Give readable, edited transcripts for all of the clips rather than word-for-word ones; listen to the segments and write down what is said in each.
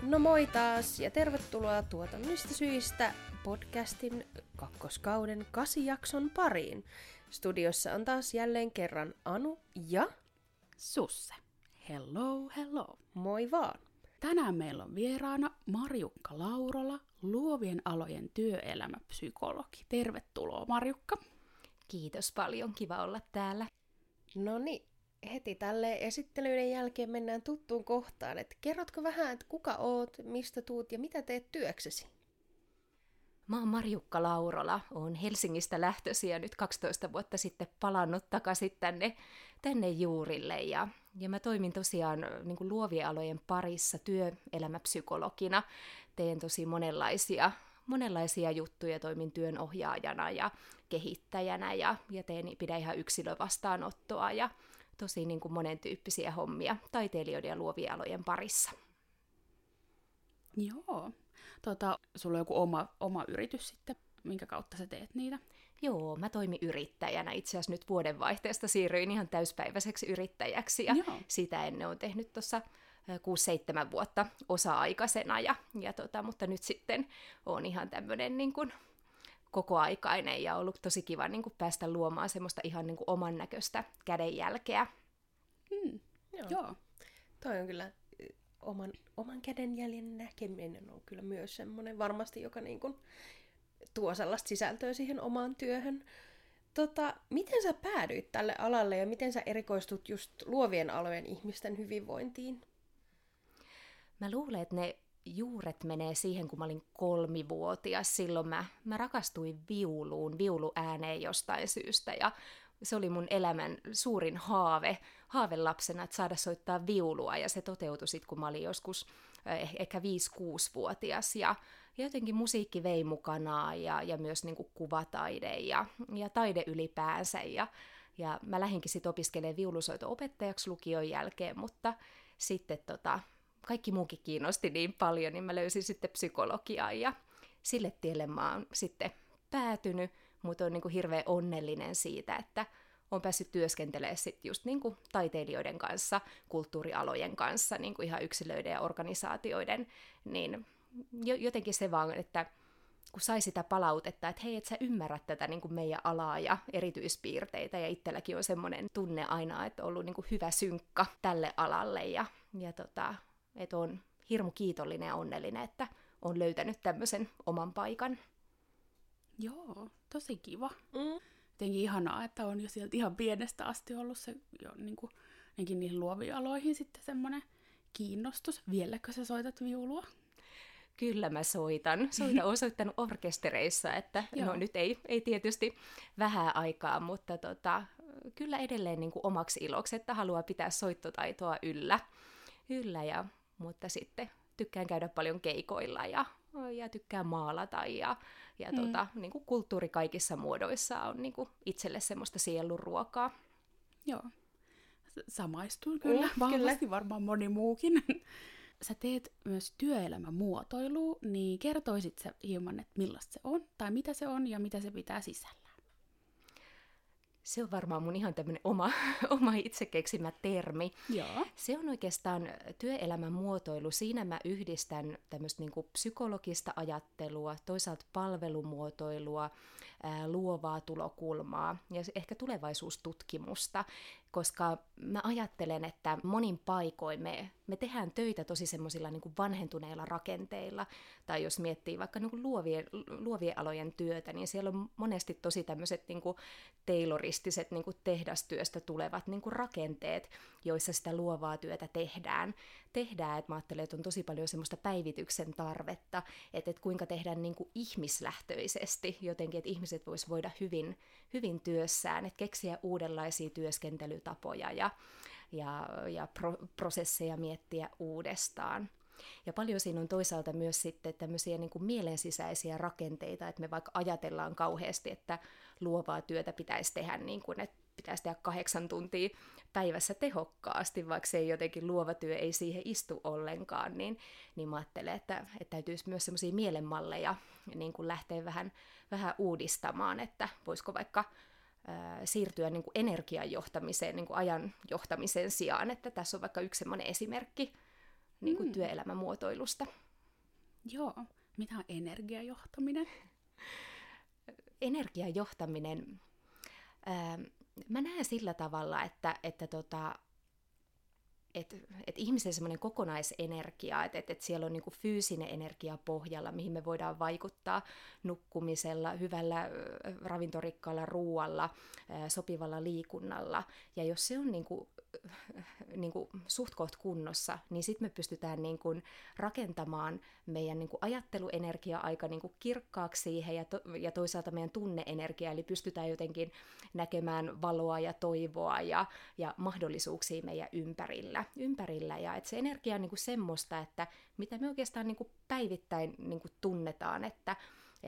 No moi taas ja tervetuloa Tuotannollisista syistä podcastin kakkoskauden 8 jakson pariin. Studiossa on taas jälleen kerran Anu ja Susse. Hello, hello. moi vaan. Tänään meillä on vieraana Marjukka Laurola, luovien alojen työelämäpsykologi. Tervetuloa, Marjukka. Kiitos paljon, kiva olla täällä. No niin, heti tälle esittelyiden jälkeen mennään tuttuun kohtaan. Kerrotko vähän, että kuka oot, mistä tuut ja mitä teet työksesi? Mä oon Marjukka Laurola, oon Helsingistä lähtöisin ja nyt 12 vuotta sitten palannut takaisin tänne juurille. Ja mä toimin tosiaan niin kuin luovien alojen parissa työelämäpsykologina. Teen tosi monenlaisia juttuja, toimin työnohjaajana ja kehittäjänä ja pidän ihan yksilövastaanottoa ja tosi niin kuin monentyyppisiä hommia taiteilijoiden ja luovien alojen parissa. Joo. Sulla on joku oma yritys sitten, minkä kautta sä teet niitä? Joo, mä toimin yrittäjänä. Itse asiassa nyt vuodenvaihteesta siirryin ihan täyspäiväiseksi yrittäjäksi ja sitä ennen olen tehnyt tuossa 6-7 vuotta osa-aikaisena, mutta nyt sitten on ihan tämmöinen niin kuin kokoaikainen ja ollut tosi kiva niin kuin päästä luomaan semmoista ihan niin kuin oman näköistä kädenjälkeä. Joo. Toi on kyllä oman kädenjäljen näkeminen on kyllä myös semmoinen varmasti, joka niin kuin tuo sellaista sisältöä siihen omaan työhön. Miten sä päädyit tälle alalle ja miten sä erikoistut just luovien alojen ihmisten hyvinvointiin? Mä luulen, että ne juuret menee siihen, kun mä olin 3-vuotias. Silloin mä rakastuin viuluääneen jostain syystä ja se oli mun elämän suurin haave lapsena, että saada soittaa viulua, ja se toteutui sitten, kun mä olin joskus ehkä 5-6-vuotias, ja jotenkin musiikki vei mukanaan, ja myös niin kuin kuvataide, ja taide ylipäänsä, ja mä lähdinkin sitten opiskelemaan viulusoito-opettajaksi lukion jälkeen, mutta sitten kaikki muukin kiinnosti niin paljon, niin mä löysin sitten psykologiaa, ja sille tielle mä oon sitten päätynyt, mutta on niin kuin hirveän onnellinen siitä, että on päässyt työskentelemään sit just niin kuin taiteilijoiden kanssa, kulttuurialojen kanssa, niin kuin ihan yksilöiden ja organisaatioiden, niin jotenkin se vaan, että kun sai sitä palautetta, että hei, et sä ymmärrät tätä niin kuin meidän alaa ja erityispiirteitä, ja itselläkin on semmoinen tunne aina, että on ollut niin kuin hyvä synkka tälle alalle, ja että on hirmu kiitollinen ja onnellinen, että on löytänyt tämmöisen oman paikan. Joo, tosi kiva. Jotenkin ihanaa, että on jo sieltä ihan pienestä asti ollut se jo niin niihin luoviin aloihin sitten semmoinen kiinnostus. Vieläkö sä soitat viulua? Kyllä mä soitan. Olen soittanut orkestereissa, että no nyt ei tietysti vähän aikaa, mutta kyllä edelleen niin kuin omaksi iloksi, että haluaa pitää soittotaitoa yllä mutta sitten tykkään käydä paljon keikoilla ja tykkään maalata ja niin kuin kulttuuri kaikissa muodoissa on niin kuin itselle semmoista sielunruokaa. Joo, samaistun kyllä, vahvasti kyllä. Varmaan moni muukin. Sä teet myös työelämämuotoilua, niin kertoisit sä hieman, että millaista se on, tai mitä se on ja mitä se pitää sisällään? Se on varmaan mun ihan tämmöinen oma itse keksimä termi. Joo. Se on oikeastaan työelämän muotoilu. Siinä mä yhdistän tämmöistä niin kuin psykologista ajattelua, toisaalta palvelumuotoilua, luovaa tulokulmaa ja ehkä tulevaisuustutkimusta, koska mä ajattelen, että monin paikoin me tehdään töitä tosi semmoisilla niin kuin vanhentuneilla rakenteilla, tai jos miettii vaikka niin kuin luovien alojen työtä, niin siellä on monesti tosi tämmöiset niin kuin tayloristiset niin kuin tehdastyöstä tulevat niin kuin rakenteet, joissa sitä luovaa työtä tehdään. Että mä ajattelen, että on tosi paljon semmoista päivityksen tarvetta, että kuinka tehdään niin kuin ihmislähtöisesti jotenkin, että ihmiset vois voida hyvin työssään, että keksiä uudenlaisia työskentelytapoja ja prosesseja miettiä uudestaan. Ja paljon siinä on toisaalta myös sitten tämmöisiä niin kuin mielensisäisiä rakenteita, että me vaikka ajatellaan kauheasti, että luovaa työtä pitäisi tehdä niin kuin, että pitäisi tehdä 8 tuntia päivässä tehokkaasti, vaikka se ei jotenkin luova työ ei siihen istu ollenkaan, niin mä ajattelen, että täytyisi myös semmoisia mielenmalleja niin kuin lähteä vähän uudistamaan, että voisiko vaikka siirtyä niin kuin energian johtamiseen, niin kuin ajan johtamisen sijaan, että tässä on vaikka yksi semmoinen esimerkki niin kuin työelämämuotoilusta. Joo. Mitä on energiajohtaminen? Energiajohtaminen. Mä näen sillä tavalla, että ihmisen semmoinen kokonaisenergia, että siellä on niinku fyysinen energia pohjalla, mihin me voidaan vaikuttaa nukkumisella, hyvällä ravintorikkaalla ruualla, sopivalla liikunnalla. Ja jos se on niinku suht koht kunnossa, niin sitten me pystytään niinku rakentamaan meidän niinku ajatteluenergia aika niinku kirkkaaksi siihen ja toisaalta meidän tunneenergia, eli pystytään jotenkin näkemään valoa ja toivoa ja mahdollisuuksia meidän ympärillä. Ja että se energia on niinku semmoista, että mitä me oikeastaan niinku päivittäin niinku tunnetaan, että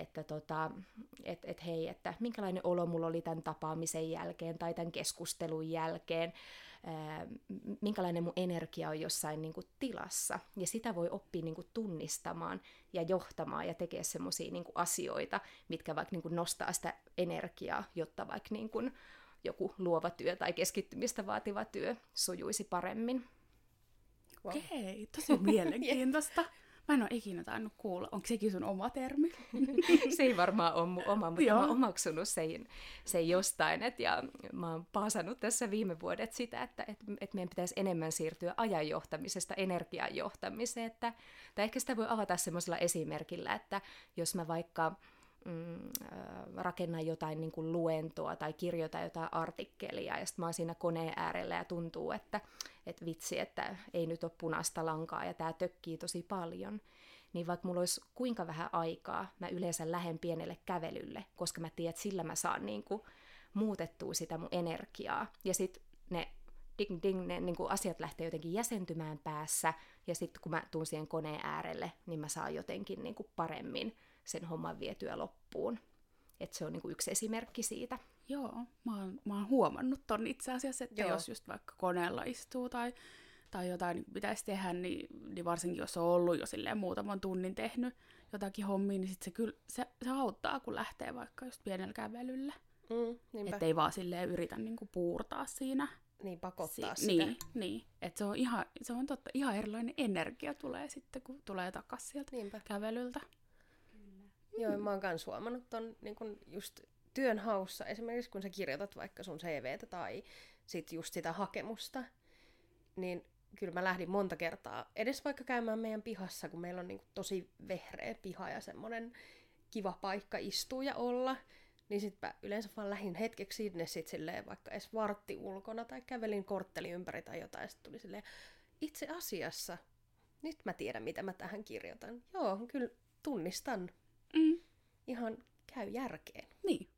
hei, että minkälainen olo mulla oli tämän tapaamisen jälkeen tai tämän keskustelun jälkeen, minkälainen mun energia on jossain niinku tilassa. Ja sitä voi oppia niinku tunnistamaan ja johtamaan ja tekemään semmoisia niinku asioita, mitkä vaikka niinku nostaa sitä energiaa, jotta vaikka niinku joku luova työ tai keskittymistä vaativa työ sujuisi paremmin. Wow. Okei, tosi mielenkiintoista. Mä en ole ikinä tainnut kuulla. Onko sekin sun oma termi? Se ei varmaan ole mun oma, mutta mä oon omaksunut sen jostain. Ja mä oon paasannut tässä viime vuodet sitä, että meidän pitäisi enemmän siirtyä ajanjohtamisesta energian johtamiseen. Tai ehkä sitä voi avata semmoisella esimerkillä, että jos mä vaikka rakennan jotain niin kuin luentoa tai kirjoitan jotain artikkelia ja sitten mä oon siinä koneen äärellä ja tuntuu, että vitsi, että ei nyt ole punaista lankaa ja tää tökkii tosi paljon, niin vaikka mulla olisi kuinka vähän aikaa, mä yleensä lähden pienelle kävelylle, koska mä tiedän, että sillä mä saan niin kuin muutettua sitä mun energiaa. Ja sitten ne ne niin kuin asiat lähtee jotenkin jäsentymään päässä, ja sitten kun mä tuun siihen koneen äärelle, niin mä saan jotenkin niin kuin paremmin sen homman vietyä loppuun. Että se on niin kuin yksi esimerkki siitä. Joo, mä oon huomannut ton itse asiassa, että jos just vaikka koneella istuu tai jotain pitäisi tehdä, niin varsinkin jos on ollut jo silleen muutaman tunnin tehnyt jotakin hommia, niin sit se kyllä se auttaa, kun lähtee vaikka just pienellä kävelyllä. Että ei vaan silleen yritä niinku puurtaa siinä. Niin, pakottaa sitä. Niin. Että se on totta, ihan erilainen energia tulee sitten, kun tulee takas sieltä kävelyltä. Joo, mä oon kans huomannut ton niin kun just työnhaussa, esimerkiksi kun sä kirjoitat vaikka sun CVtä tai sit just sitä hakemusta, niin kyllä mä lähdin monta kertaa edes vaikka käymään meidän pihassa, kun meillä on niin kuin tosi vehreä piha ja semmonen kiva paikka istua ja olla, niin sit mä yleensä vaan lähdin hetkeksi sinne sit silleen vaikka edes vartti ulkona tai kävelin kortteli ympäri tai jotain, ja sit tuli silleen, itse asiassa, nyt mä tiedän mitä mä tähän kirjoitan. Joo, kyllä tunnistan. Ihan käy järkeen. Niin.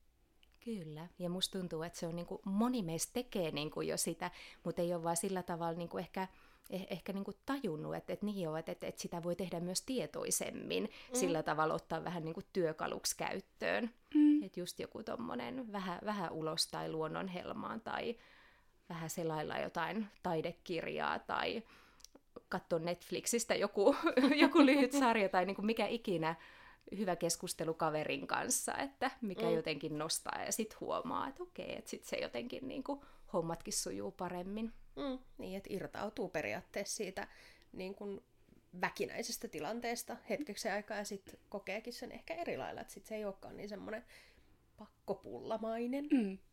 Kyllä, ja musta tuntuu, että se on niin kuin, moni meistä tekee niin kuin jo sitä, mutta ei ole vaan sillä tavalla niin kuin ehkä niin kuin tajunnut, että sitä voi tehdä myös tietoisemmin, sillä tavalla ottaa vähän niin kuin työkaluksi käyttöön. Että just joku tommonen vähän ulos tai luonnonhelmaan tai vähän selailla jotain taidekirjaa tai katsoa Netflixistä joku lyhyt sarja tai niin kuin mikä ikinä, hyvä keskustelu kaverin kanssa, että mikä jotenkin nostaa ja sitten huomaa, että okei, että sitten se jotenkin niin kuin hommatkin sujuu paremmin. Niin, että irtautuu periaatteessa siitä niin kuin väkinäisestä tilanteesta hetkeksi aikaa ja sitten kokeekin sen ehkä eri lailla, että sitten se ei olekaan niin semmoinen pakkopullamainen.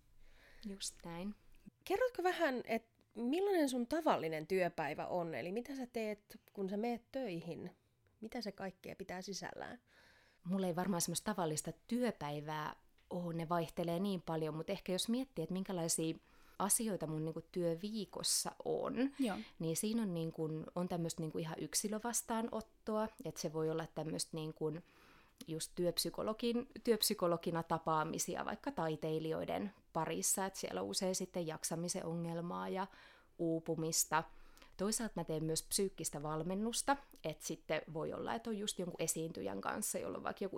Just näin. Kerrotko vähän, että millainen sun tavallinen työpäivä on, eli mitä sä teet, kun sä meet töihin? Mitä se kaikkea pitää sisällään? Mulla ei varmaan semmoista tavallista työpäivää ole, ne vaihtelee niin paljon, mutta ehkä jos miettii, että minkälaisia asioita mun niin kuin työviikossa on, niin siinä on, niin kuin, on tämmöistä niin kuin ihan yksilövastaanottoa, että se voi olla tämmöistä niin kuin just työpsykologina tapaamisia vaikka taiteilijoiden parissa, että siellä on usein sitten jaksamisen ongelmaa ja uupumista. Toisaalta mä teen myös psyykkistä valmennusta, että sitten voi olla, että on just jonkun esiintyjän kanssa, jolla on vaikka joku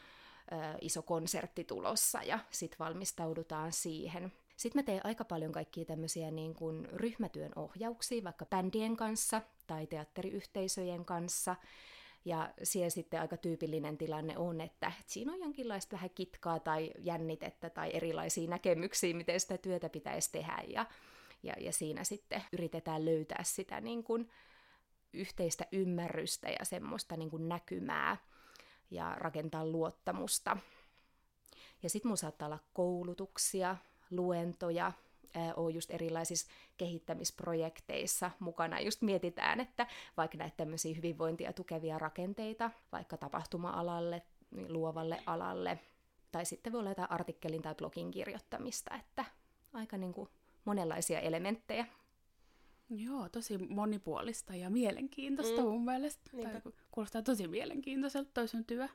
iso konsertti tulossa ja sitten valmistaudutaan siihen. Sitten mä teen aika paljon kaikkia tämmöisiä niin kuin ryhmätyön ohjauksia, vaikka bändien kanssa tai teatteriyhteisöjen kanssa. Ja siellä sitten aika tyypillinen tilanne on, että siinä on jonkinlaista vähän kitkaa tai jännitettä tai erilaisia näkemyksiä, miten sitä työtä pitäisi tehdä. Ja siinä sitten yritetään löytää sitä niin kuin yhteistä ymmärrystä ja semmoista niin kuin näkymää ja rakentaa luottamusta. Ja sitten mun saattaa olla koulutuksia, luentoja, olen just erilaisissa kehittämisprojekteissa mukana. Just mietitään, että vaikka näitä tämmöisiä hyvinvointia tukevia rakenteita, vaikka tapahtuma-alalle, luovalle alalle, tai sitten voi olla jotain artikkelin tai blogin kirjoittamista, että aika niin kuin monenlaisia elementtejä. Joo, tosi monipuolista ja mielenkiintoista mun mielestä. Kuulostaa tosi mielenkiintoiselta toi sun työ.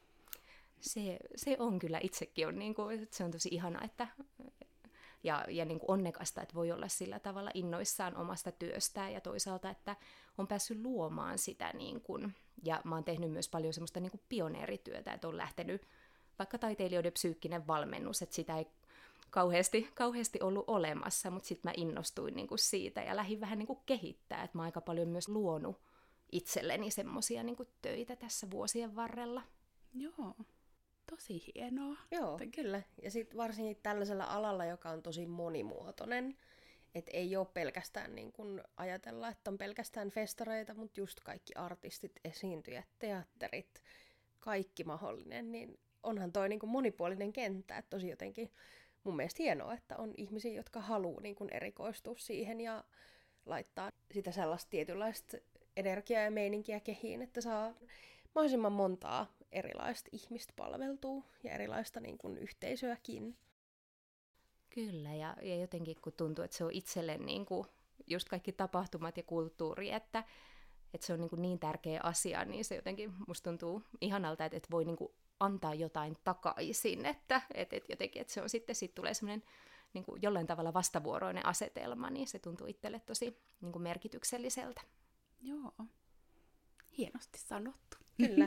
Se on kyllä, itsekin on, niin kuin, se on tosi ihana, että ja niin kuin onnekasta, että voi olla sillä tavalla innoissaan omasta työstään ja toisaalta, että on päässyt luomaan sitä. Niin kuin, ja mä oon tehnyt myös paljon semmoista niin kuin pioneerityötä, että on lähtenyt vaikka taiteilijoiden psyykkinen valmennus, että sitä ei kauheasti ollut olemassa, mutta sitten mä innostuin niin kuin siitä ja lähdin vähän niin kuin kehittää, että mä oon aika paljon myös luonut itselleni semmoisia niin kuin töitä tässä vuosien varrella. Joo. Tosi hienoa. Joo, kyllä. Ja sitten varsinkin tällaisella alalla, joka on tosi monimuotoinen, että ei ole pelkästään niin kuin ajatella, että on pelkästään festareita, mutta just kaikki artistit, esiintyjät, teatterit, kaikki mahdollinen, niin onhan toi niin kuin monipuolinen kenttä, että tosi jotenkin mun mielestä hienoa, että on ihmisiä, jotka haluaa niin kuin erikoistua siihen ja laittaa sitä sellaista tietynlaista energiaa ja meininkiä kehiin, että saa mahdollisimman montaa erilaista ihmistä palveltuu ja erilaista niin kuin yhteisöäkin. Kyllä, ja jotenkin kun tuntuu, että se on itselle niin kuin just kaikki tapahtumat ja kulttuuri, että se on niin tärkeä asia, niin se jotenkin musta tuntuu ihanalta, että voi niin kuin antaa jotain takaisin, että jotenkin, että se on sitten tulee semmoinen niin kuin jollain tavalla vastavuoroinen asetelma, niin se tuntuu itselle tosi niin kuin merkitykselliseltä. Joo, hienosti sanottu. Kyllä.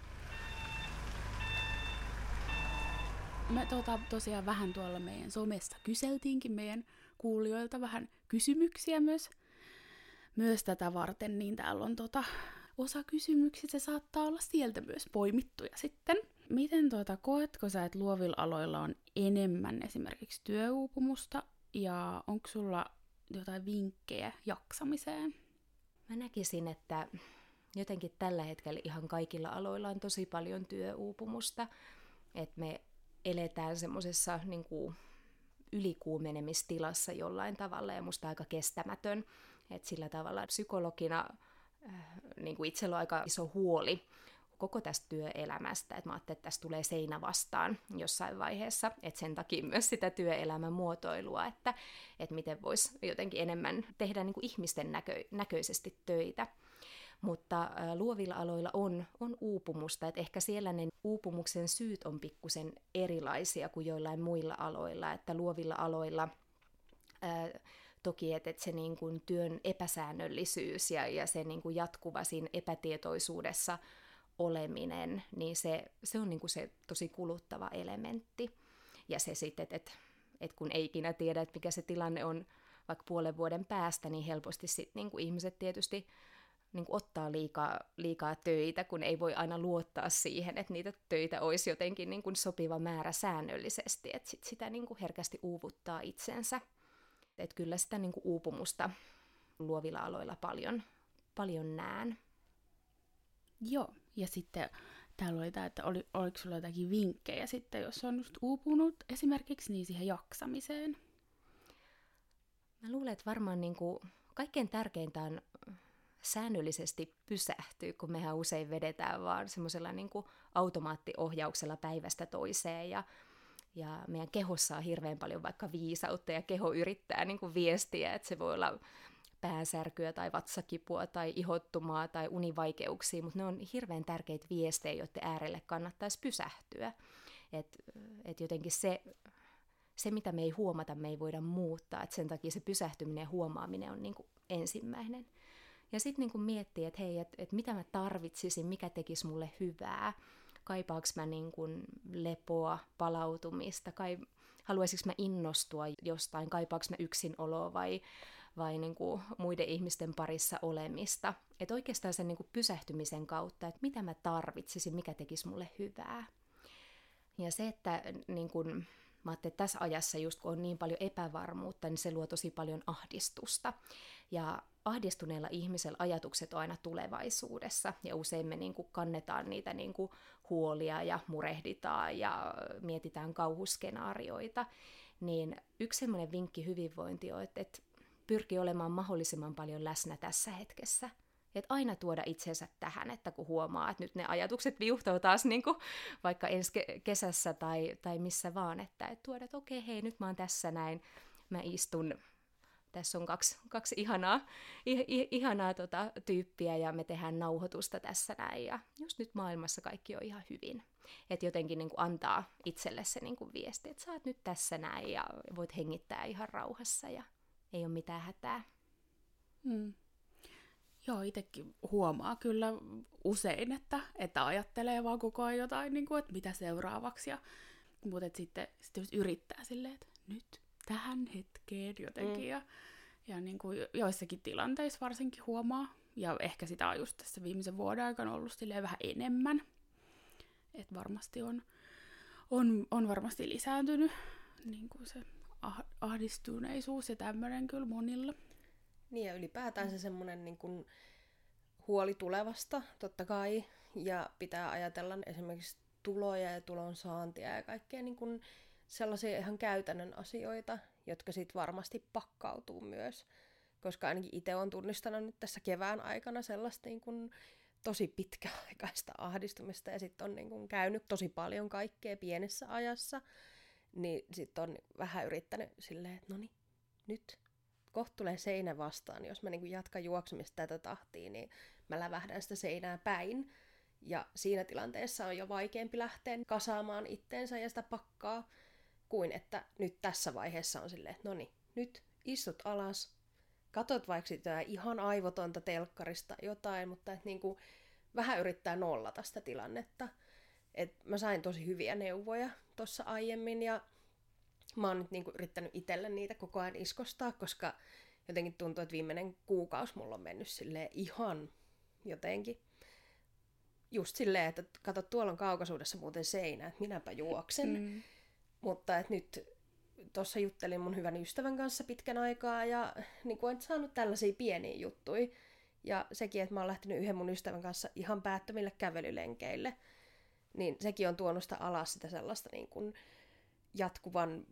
Me tosiaan vähän tuolla meidän somessa kyseltiinkin meidän kuulijoilta vähän kysymyksiä myös tätä varten, niin täällä on osa kysymyksistä, se saattaa olla sieltä myös poimittuja sitten. Miten koetko sä, että luovilla aloilla on enemmän esimerkiksi työuupumusta ja onko sulla jotain vinkkejä jaksamiseen? Mä näkisin, että jotenkin tällä hetkellä ihan kaikilla aloilla on tosi paljon työuupumusta, että me eletään semmoisessa niin kuin ylikuumenemistilassa jollain tavalla ja musta aika kestämätön, että sillä tavalla psykologina niin kuin itsellä on aika iso huoli koko tästä työelämästä, että mä ajattelin, että tässä tulee seinä vastaan jossain vaiheessa, että sen takia myös sitä työelämän muotoilua, että miten voisi jotenkin enemmän tehdä niin kuin ihmisten näköisesti töitä. Mutta luovilla aloilla on uupumusta, että ehkä siellä ne uupumuksen syyt on pikkusen erilaisia kuin joillain muilla aloilla, että luovilla aloilla toki, että se niin kuin työn epäsäännöllisyys ja se niin kuin jatkuva siinä epätietoisuudessa oleminen, niin se on niin kuin se tosi kuluttava elementti. Ja se sitten, että kun ei ikinä tiedä, että mikä se tilanne on vaikka puolen vuoden päästä, niin helposti sitten niin kuin ihmiset tietysti niin kuin ottaa liikaa töitä, kun ei voi aina luottaa siihen, että niitä töitä olisi jotenkin niin kuin sopiva määrä säännöllisesti, että sitä niin kuin herkästi uuvuttaa itsensä. Että kyllä sitä niin kuin uupumusta luovilla aloilla paljon näen. Joo, ja sitten täällä oli tämä, että oliko sulla jotakin vinkkejä sitten, jos on just uupunut esimerkiksi niin siihen jaksamiseen? Mä luulen, että varmaan niin kuin kaikkein tärkeintä on säännöllisesti pysähtyy, kun mehän usein vedetään vaan semmoisella niin kuin automaattiohjauksella päivästä toiseen ja meidän kehossa on hirveän paljon vaikka viisautta ja keho yrittää niin kuin viestiä, että se voi olla päänsärkyä tai vatsakipua tai ihottumaa tai univaikeuksia, mutta ne on hirveän tärkeitä viestejä, joiden äärelle kannattaisi pysähtyä. Et jotenkin se, mitä me ei huomata, me ei voida muuttaa, että sen takia se pysähtyminen ja huomaaminen on niin kuin ensimmäinen. Ja sitten niin kuin miettii, että hei, että mitä mä tarvitsisin, mikä tekisi mulle hyvää, kaipaanko mä niin kuin lepoa, palautumista, haluaisinko mä innostua jostain, kaipaanko mä yksinoloa vai niin kuin muiden ihmisten parissa olemista. Että oikeastaan sen niin kuin pysähtymisen kautta, että mitä mä tarvitsisin, mikä tekisi mulle hyvää. Ja se, että niin kuin, mä ajattelin, että tässä ajassa just kun on niin paljon epävarmuutta, niin se luo tosi paljon ahdistusta. Ja ahdistuneella ihmisellä ajatukset on aina tulevaisuudessa, ja usein me niin kuin kannetaan niitä niin kuin huolia ja murehditaan ja mietitään kauhuskenaarioita, niin yksi semmoinen vinkki hyvinvointi on, että pyrkii olemaan mahdollisimman paljon läsnä tässä hetkessä. Että aina tuoda itsensä tähän, että kun huomaa, että nyt ne ajatukset viuhtoo taas niin kuin vaikka ensi kesässä tai missä vaan, että tuoda, että okei, hei, nyt mä oon tässä näin, mä istun, tässä on kaksi ihanaa tyyppiä ja me tehdään nauhoitusta tässä näin ja just nyt maailmassa kaikki on ihan hyvin. Että jotenkin niin kuin antaa itselle se niin kuin viesti, että sä oot nyt tässä näin ja voit hengittää ihan rauhassa ja ei ole mitään hätää. Joo, itsekin huomaa kyllä usein, että ajattelee vaan koko ajan jotain, niin kuin, että mitä seuraavaksi. Mutta sitten just yrittää silleen, että nyt tähän hetkeen jotenkin. Ja niin kuin joissakin tilanteissa varsinkin huomaa. Ja ehkä sitä on just tässä viimeisen vuoden aikana ollut silleen vähän enemmän. Että varmasti on varmasti lisääntynyt niin kuin se ahdistuneisuus ja tämmöinen kyllä monilla. Niin ja ylipäätään se semmoinen niin kuin huoli tulevasta, totta kai, ja pitää ajatella esimerkiksi tuloja ja tulon saantia ja kaikkea niin kuin sellaisia ihan käytännön asioita, jotka sitten varmasti pakkautuu myös, koska ainakin itse olen tunnistanut nyt tässä kevään aikana sellaista niin kuin tosi pitkäaikaista ahdistumista ja sitten on niin kuin käynyt tosi paljon kaikkea pienessä ajassa, niin sitten on vähän yrittänyt silleen, että no niin, nyt kohta tulee seinä vastaan. Jos mä niin jatkan juoksemista tätä tahtia, niin mä lävähdän sitä seinää päin. Ja siinä tilanteessa on jo vaikeampi lähteä kasaamaan itteensä ja sitä pakkaa, kuin että nyt tässä vaiheessa on silleen, että no niin, nyt istut alas, katot vaikka sitä ihan aivotonta telkkarista jotain, mutta et niin kuin vähän yrittää nollata sitä tilannetta. Et mä sain tosi hyviä neuvoja tuossa aiemmin ja mä oon nyt niinku yrittänyt itselle niitä koko ajan iskostaa, koska jotenkin tuntuu, että viimeinen kuukausi mulla on mennyt silleen ihan jotenkin. Just silleen, että kato, tuolla on kaukaisuudessa muuten seinä, että minäpä juoksen. Mutta että nyt tuossa juttelin mun hyvän ystävän kanssa pitkän aikaa ja niin kuin en saanut tällaisia pieniä juttuja. Ja sekin, että mä oon lähtenyt yhden mun ystävän kanssa ihan päättömille kävelylenkeille, niin sekin on tuonut sitä alas sitä sellaista niin kuin jatkuvan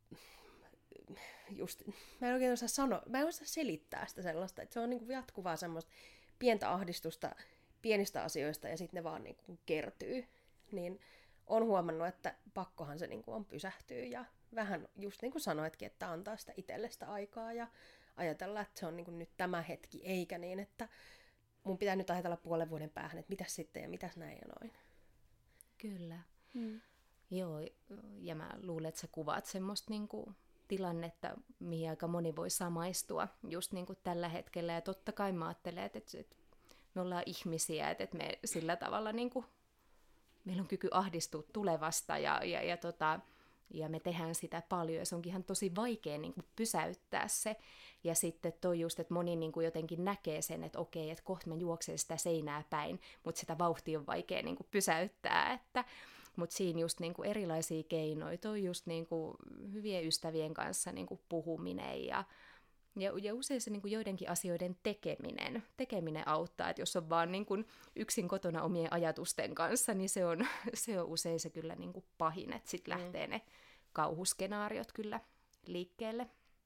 just, mä en oikein osaa sanoa, mä en osaa selittää sitä sellaista, että se on niin kuin jatkuvaa semmoista pientä ahdistusta pienistä asioista ja sitten ne vaan niin kuin kertyy. Niin on huomannut, että pakkohan se niin kuin on pysähtyä ja vähän just niin kuin sanoitkin, että antaa sitä itselle sitä aikaa ja ajatella, että se on niin kuin nyt tämä hetki, eikä niin, että mun pitää nyt ajatella puolen vuoden päähän, että mitäs sitten ja mitäs näin ja noin. Kyllä. Joo, ja mä luulen, että sä kuvaat semmoista niinku tilannetta, mihin aika moni voi samaistua just niinku tällä hetkellä. Ja totta kai mä ajattelen, että me ollaan ihmisiä, että me sillä tavalla niinku, meillä on kyky ahdistua tulevasta ja me tehdään sitä paljon. Ja se onkin ihan tosi vaikea niinku pysäyttää se. Ja sitten toi just, että moni niinku jotenkin näkee sen, että okei, että kohta mä juoksen sitä seinää päin, mutta sitä vauhtia on vaikea niinku pysäyttää, mutta siinä just niinku erilaisia keinoja, toi just niinku hyvien ystävien kanssa niinku puhuminen ja usein se niinku joidenkin asioiden tekeminen auttaa, että jos on vaan niinku yksin kotona omien ajatusten kanssa, niin se on usein se kyllä niinku pahin, että sitten lähtee ne kauhuskenaariot kyllä liikkeelle.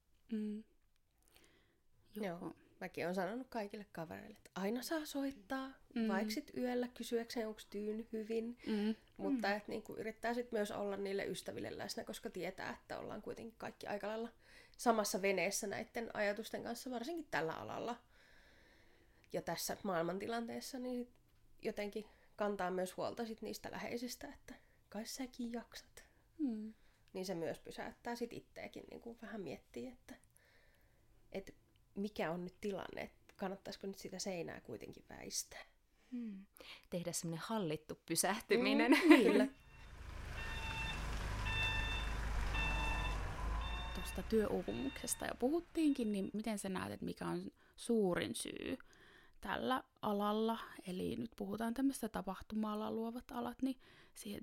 Joo. Mäkin olen sanonut kaikille kavereille, että aina saa soittaa, vaikka sit yöllä kysyäkseen, onko tyyny hyvin. Mutta että niinku yrittää sit myös olla niille ystäville läsnä, koska tietää, että ollaan kuitenkin kaikki aika lailla samassa veneessä näiden ajatusten kanssa, varsinkin tällä alalla. Ja tässä maailmantilanteessa niin jotenkin kantaa myös huolta sit niistä läheisistä, että kai säkin jaksat. Niin se myös pysäyttää sit itteekin niinku vähän miettiä, että mikä on nyt tilanne, että kannattaisiko nyt sitä seinää kuitenkin väistää. Tehdä semmoinen hallittu pysähtyminen. Kyllä. Tuosta työuupumuksesta jo puhuttiinkin, niin miten sä näet, että mikä on suurin syy tällä alalla? Eli nyt puhutaan tämmöistä tapahtuma-alalla luovat alat, niin siihen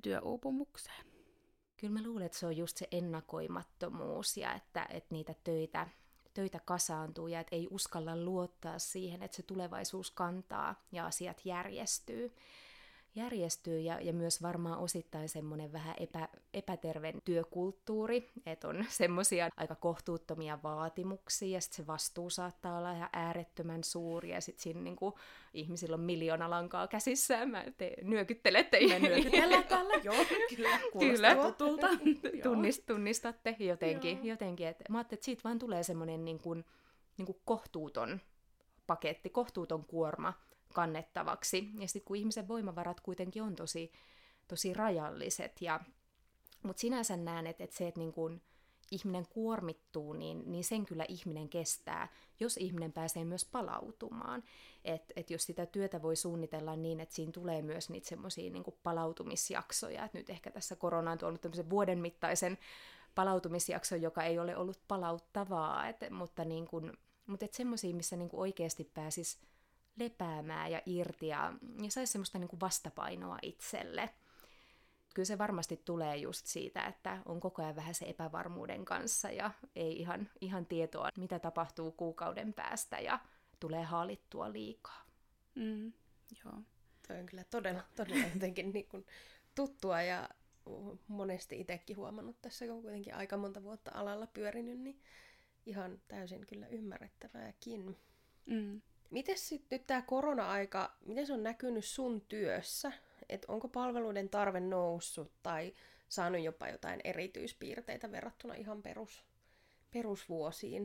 työuupumukseen. Kyllä mä luulen, että se on just se ennakoimattomuus ja että niitä töitä kasaantuu ja että ei uskalla luottaa siihen, että se tulevaisuus kantaa ja asiat järjestyy ja myös varmaan osittain semmoinen vähän epäterve työkulttuuri, että on semmoisia aika kohtuuttomia vaatimuksia ja sitten se vastuu saattaa olla ihan äärettömän suuri ja sitten siinä niinku, ihmisillä on 1 000 000 lankaa käsissään, te nyökyttelette. Me nyökytellään tällä, joo, kyllä, kuulostaa tutulta. Tunnistatte jotenkin että mä ajattelin, että siitä vaan tulee semmoinen niinku kohtuuton paketti, kohtuuton kuorma kannettavaksi. Ja sitten kun ihmisen voimavarat kuitenkin on tosi rajalliset. Mutta sinänsä näen, että se, että niin kun ihminen kuormittuu, niin sen kyllä ihminen kestää, jos ihminen pääsee myös palautumaan. Että jos sitä työtä voi suunnitella niin, että siinä tulee myös niitä semmoisia niin kun palautumisjaksoja. Et nyt ehkä tässä korona on tuonut tämmöisen vuoden mittaisen palautumisjakson, joka ei ole ollut palauttavaa. Mutta semmoisia, missä niin kun oikeasti pääsisi lepäämään ja irti ja saisi semmoista niin kuin vastapainoa itselle. Kyllä se varmasti tulee just siitä, että on koko ajan vähän se epävarmuuden kanssa ja ei ihan tietoa, mitä tapahtuu kuukauden päästä ja tulee haalittua liikaa. Joo. Toi on kyllä todella jotenkin niin kuin tuttua ja monesti itsekin huomannut tässä, kun kuitenkin aika monta vuotta alalla pyörinyt, niin ihan täysin kyllä ymmärrettävääkin. Mites sitten nyt tämä korona-aika, miten se on näkynyt sun työssä? Et onko palveluiden tarve noussut tai saanut jopa jotain erityispiirteitä verrattuna ihan perusvuosiin?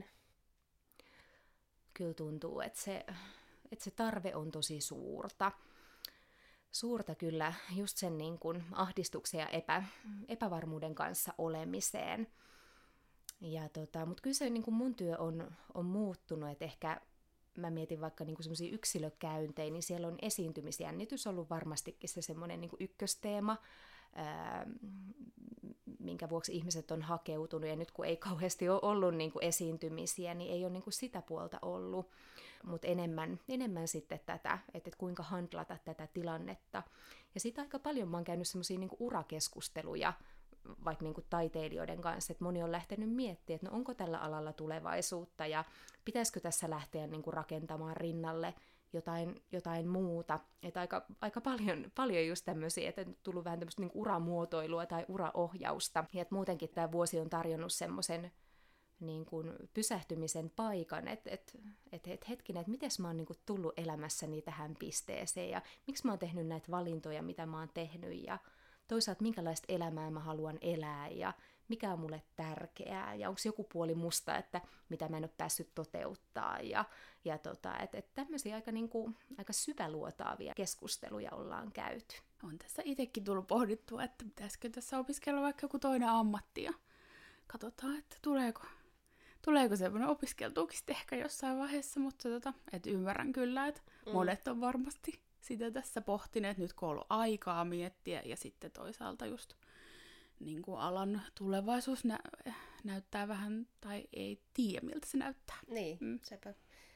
Kyllä tuntuu, että se tarve on tosi suurta. Suurta kyllä just sen niin kuin ahdistuksen ja epävarmuuden kanssa olemiseen. Mutta kyllä se niin kuin mun työ on muuttunut, että ehkä mä mietin vaikka niinku semmoisia yksilökäyntejä, niin siellä on esiintymisjännitys ollut varmastikin se semmoinen niinku ykkösteema, minkä vuoksi ihmiset on hakeutunut. Ja nyt kun ei kauheasti ole ollut niinku esiintymisiä, niin ei ole niinku sitä puolta ollut. Mutta enemmän sitten tätä, että kuinka handlata tätä tilannetta. Ja sitten aika paljon mä oon käynyt semmoisia niinku urakeskusteluja, vaikka niin kuin taiteilijoiden kanssa, että moni on lähtenyt miettimään, että no onko tällä alalla tulevaisuutta ja pitäisikö tässä lähteä niin kuin rakentamaan rinnalle jotain muuta. Että aika paljon just tämmöisiä, että on tullut vähän tämmöistä niin kuin uramuotoilua tai uraohjausta. Ja että muutenkin tämä vuosi on tarjonnut semmoisen niin kuin pysähtymisen paikan, että hetkinen, että miten mä oon niin kuin tullut elämässäni tähän pisteeseen ja miksi mä oon tehnyt näitä valintoja, mitä mä oon tehnyt ja toisaalta minkälaista elämää mä haluan elää ja mikä on mulle tärkeää ja onko joku puoli musta, että mitä mä en ole päässyt toteuttaa että tämmöisiä aika syväluotaavia keskusteluja ollaan käyty. On tässä itsekin tullut pohdittua, että pitäisikö tässä opiskella vaikka joku toinen ammatti ja katsotaan, että tuleeko semmoinen opiskeltuukin ehkä jossain vaiheessa, mutta että ymmärrän kyllä, että monet on varmasti sitä tässä pohtineet nyt, kun on ollut aikaa miettiä, ja sitten toisaalta just niin kuin alan tulevaisuus näyttää vähän, tai ei tiedä, miltä se näyttää. Niin, sepä.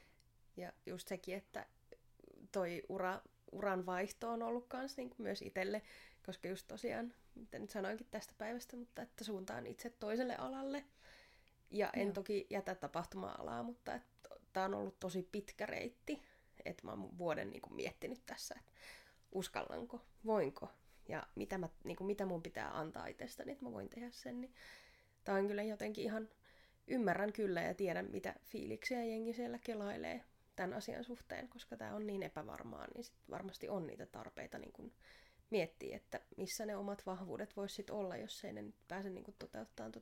Ja just sekin, että toi uran vaihto on ollut kans niin kuin myös itselle, koska just tosiaan, mitä nyt sanoinkin tästä päivästä, mutta että suuntaan itse toiselle alalle. Ja en toki jätä tapahtuma-alaa, mutta tämä on ollut tosi pitkä reitti. Että mä oon vuoden niin kuin miettinyt tässä, että uskallanko, voinko ja mitä mun pitää antaa itsestäni, että mä voin tehdä sen. Niin tää on kyllä jotenkin ihan, ymmärrän kyllä ja tiedän, mitä fiiliksiä jengi siellä kelailee tämän asian suhteen, koska tää on niin epävarmaa, niin sit varmasti on niitä tarpeita niin kuin miettiä, että missä ne omat vahvuudet vois sit olla, jos ei ne nyt pääse niin kuin toteuttamaan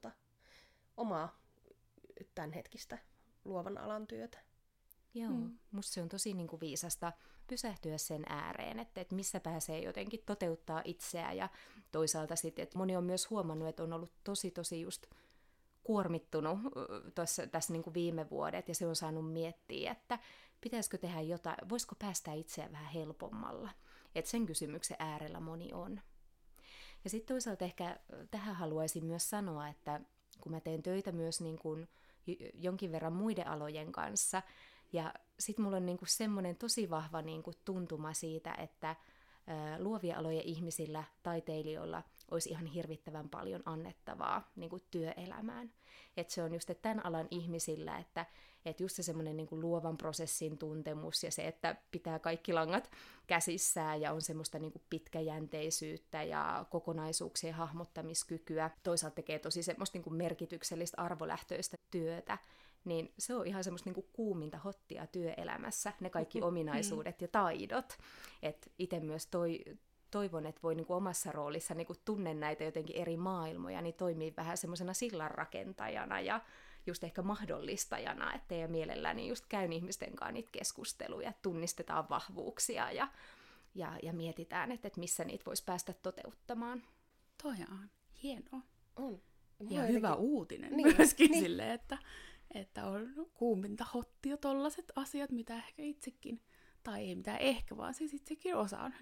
omaa tämänhetkistä luovan alan työtä. Joo, musta se on tosi niin kuin viisasta pysähtyä sen ääreen, että missä pääsee jotenkin toteuttaa itseään ja toisaalta sitten, että moni on myös huomannut, että on ollut tosi just kuormittunut tässä niin kuin viime vuodet ja se on saanut miettiä, että pitäisikö tehdä jotain, voisiko päästää itseään vähän helpommalla, että sen kysymyksen äärellä moni on. Ja sitten toisaalta ehkä tähän haluaisin myös sanoa, että kun mä teen töitä myös niin kuin jonkin verran muiden alojen kanssa, ja sitten mulla on niinku semmoinen tosi vahva niinku tuntuma siitä, että luovia alojen ihmisillä, taiteilijoilla olisi ihan hirvittävän paljon annettavaa niin kuin työelämään. Että se on just että tämän alan ihmisillä, että just se semmoinen niin kuin luovan prosessin tuntemus ja se, että pitää kaikki langat käsissään ja on semmoista niin kuin pitkäjänteisyyttä ja kokonaisuuksien hahmottamiskykyä. Toisaalta tekee tosi semmoista niin kuin merkityksellistä arvolähtöistä työtä. Niin se on ihan semmoista niinku kuuminta hottia työelämässä, ne kaikki ominaisuudet ja taidot. Et itse myös toivon, että voi niinku omassa roolissa niinku tunne näitä jotenkin eri maailmoja, niin toimii vähän semmoisena sillanrakentajana ja just ehkä mahdollistajana, ettei mielelläni just käyn ihmisten kanssa niitä keskusteluja, tunnistetaan vahvuuksia ja mietitään, että missä niitä voisi päästä toteuttamaan. Toi on hienoa. On. Ja hyvä uutinen myöskin silleen, että on kuuminta hottia tollaset asiat, mitä ehkä itsekin, tai ei mitään ehkä, vaan siis itsekin osaan.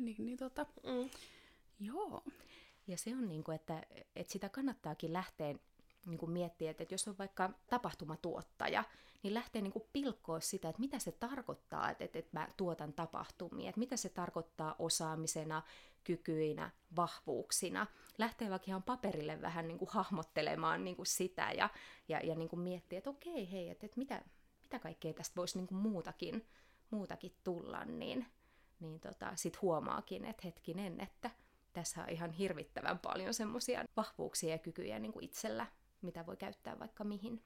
Joo. Ja se on niin kuin, että sitä kannattaakin lähteä niin kuin miettiä, että jos on vaikka tapahtumatuottaja, niin lähtee niin kuin pilkkoa sitä, että mitä se tarkoittaa, että mä tuotan tapahtumia, että mitä se tarkoittaa osaamisena, kykyinä, vahvuuksina. Lähtee vaikka ihan paperille vähän niin kuin hahmottelemaan niin kuin sitä ja niin kuin miettiä, että okei, hei, että mitä kaikkea tästä voisi niin kuin muutakin tulla, niin sit huomaakin, että hetkinen, että tässä on ihan hirvittävän paljon semmoisia vahvuuksia ja kykyjä niin kuin itsellä, mitä voi käyttää vaikka mihin.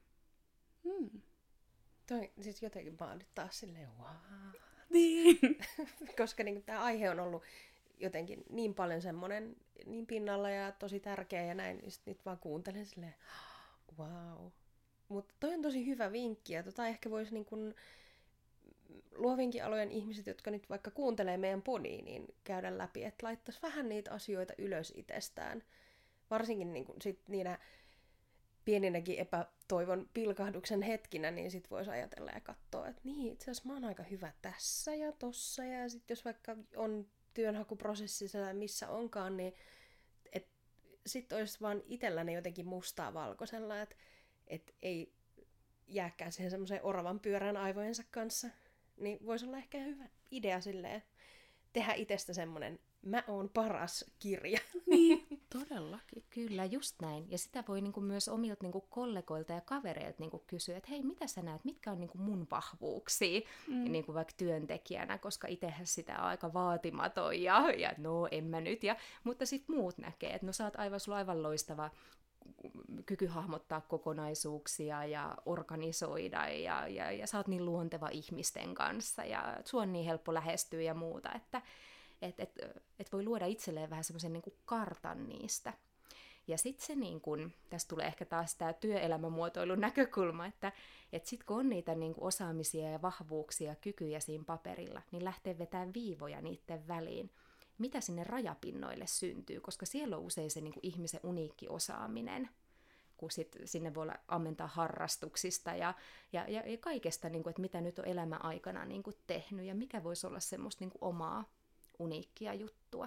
Toi siis jotenkin vaan nyt taas silleen Niin. Koska niin tämä aihe on ollut jotenkin niin paljon semmoinen niin pinnalla ja tosi tärkeä ja näin, niin nyt vaan kuuntelen silleen wow. Mutta toi on tosi hyvä vinkki ja ehkä voisi niin kun luovinkin alojen ihmiset, jotka nyt vaikka kuuntelee meidän podia, niin käydä läpi, että laittaisi vähän niitä asioita ylös itsestään. Varsinkin niin kun sit niinä pieninäkin epätoivon pilkahduksen hetkinä, niin sit voisi ajatella ja katsoa, että niin, itse asiassa mä oon aika hyvä tässä ja tossa. Ja sit jos vaikka on työnhakuprosessissa tai missä onkaan, niin sitten olisi vaan itselläni jotenkin mustaa valkoisella, että ei jääkään siihen semmoiseen oravan pyörään aivojensa kanssa. Niin voisi olla ehkä hyvä idea silleen, tehdä itsestä semmoinen mä oon paras kirja. Niin, todellakin. Kyllä, just näin. Ja sitä voi niinku myös omilta niinku kollegoilta ja kavereilta niinku kysyä, että hei, mitä sä näet, mitkä on niinku mun vahvuuksia niinku vaikka työntekijänä, koska itsehän sitä on aika vaatimaton ja no en mä nyt. Mutta sitten muut näkee, että no sä oot sulla aivan loistava kyky hahmottaa kokonaisuuksia ja organisoida ja sä oot niin luonteva ihmisten kanssa ja sua on niin helppo lähestyä ja muuta, että voi luoda itselleen vähän semmoisen niin kuin kartan niistä. Ja sitten se, niin kun, tässä tulee ehkä taas tämä työelämämuotoilun näkökulma, että sitten kun on niitä niin kun osaamisia ja vahvuuksia ja kykyjä siinä paperilla, niin lähtee vetämään viivoja niiden väliin. Mitä sinne rajapinnoille syntyy, koska siellä on usein se niin kun ihmisen uniikki osaaminen, kun sinne voi ammentaa harrastuksista ja kaikesta, niin kun, että mitä nyt on elämän aikana niin kun tehnyt ja mikä voisi olla semmoista niin kun omaa uniikkia juttua.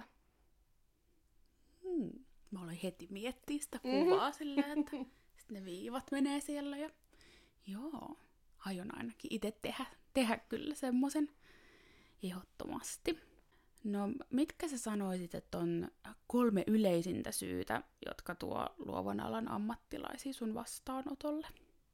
Mä aloin heti miettiä sitä kuvaa silleen, että sit ne viivat menee siellä ja joo, aion ainakin itse tehdä kyllä semmoisen ehdottomasti. No, mitkä sä sanoisit, että on 3 yleisintä syytä, jotka tuo luovan alan ammattilaisia sun vastaanotolle?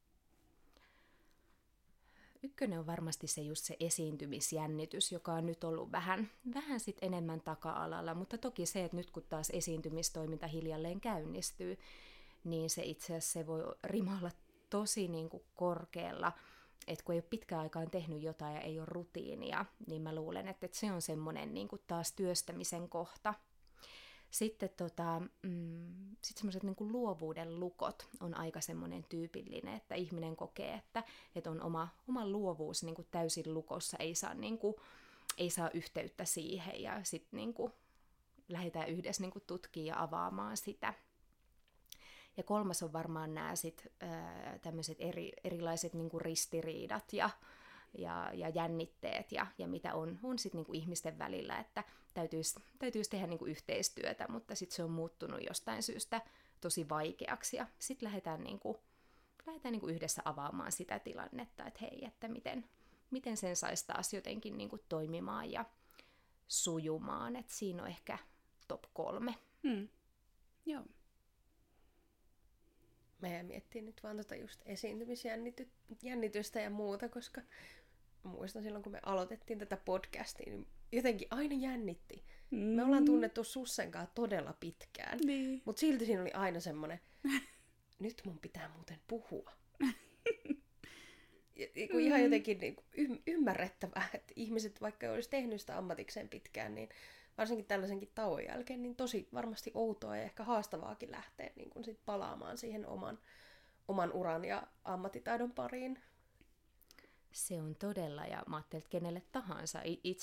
Ykkönen on varmasti se just se esiintymisjännitys, joka on nyt ollut vähän sit enemmän taka-alalla, mutta toki se, että nyt kun taas esiintymistoiminta hiljalleen käynnistyy, niin se itse asiassa se voi rima olla tosi niin kuin korkealla, että kun ei ole pitkään aikaan tehnyt jotain ja ei ole rutiinia, niin mä luulen, että se on semmoinen niin kuin taas työstämisen kohta. Sitten semmoiset niin kuin luovuuden lukot on aika semmoinen tyypillinen, että ihminen kokee, että on oma luovuus niin kuin täysin lukossa, ei saa yhteyttä siihen ja sitten niin kuin lähdetään yhdessä niin kuin tutkimaan ja avaamaan sitä. Ja 3 on varmaan nämä tämmöiset erilaiset niin kuin ristiriidat ja jännitteet ja mitä on sit niinku ihmisten välillä, että täytyisi tehdä niinku yhteistyötä, mutta sitten se on muuttunut jostain syystä tosi vaikeaksi ja sitten lähdetään niinku yhdessä avaamaan sitä tilannetta, että hei, että miten sen saisi taas jotenkin niinku toimimaan ja sujumaan, että siinä on ehkä top 3. Joo. Mä miettiin nyt vaan just esiintymisjännitystä ja muuta, koska muistan silloin, kun me aloitettiin tätä podcastia, niin jotenkin aina jännitti. Me ollaan tunnettu Sussen kanssa todella pitkään, Niin. mutta silti siinä oli aina semmoinen, nyt mun pitää muuten puhua. Ihan jotenkin ymmärrettävää, että ihmiset, vaikka olisi tehnyt sitä ammatikseen pitkään, niin varsinkin tällaisenkin tauon jälkeen, niin tosi varmasti outoa ja ehkä haastavaakin lähteä niin kun sit palaamaan siihen oman uran ja ammattitaidon pariin. Se on todella, ja mä ajattelin, että kenelle tahansa.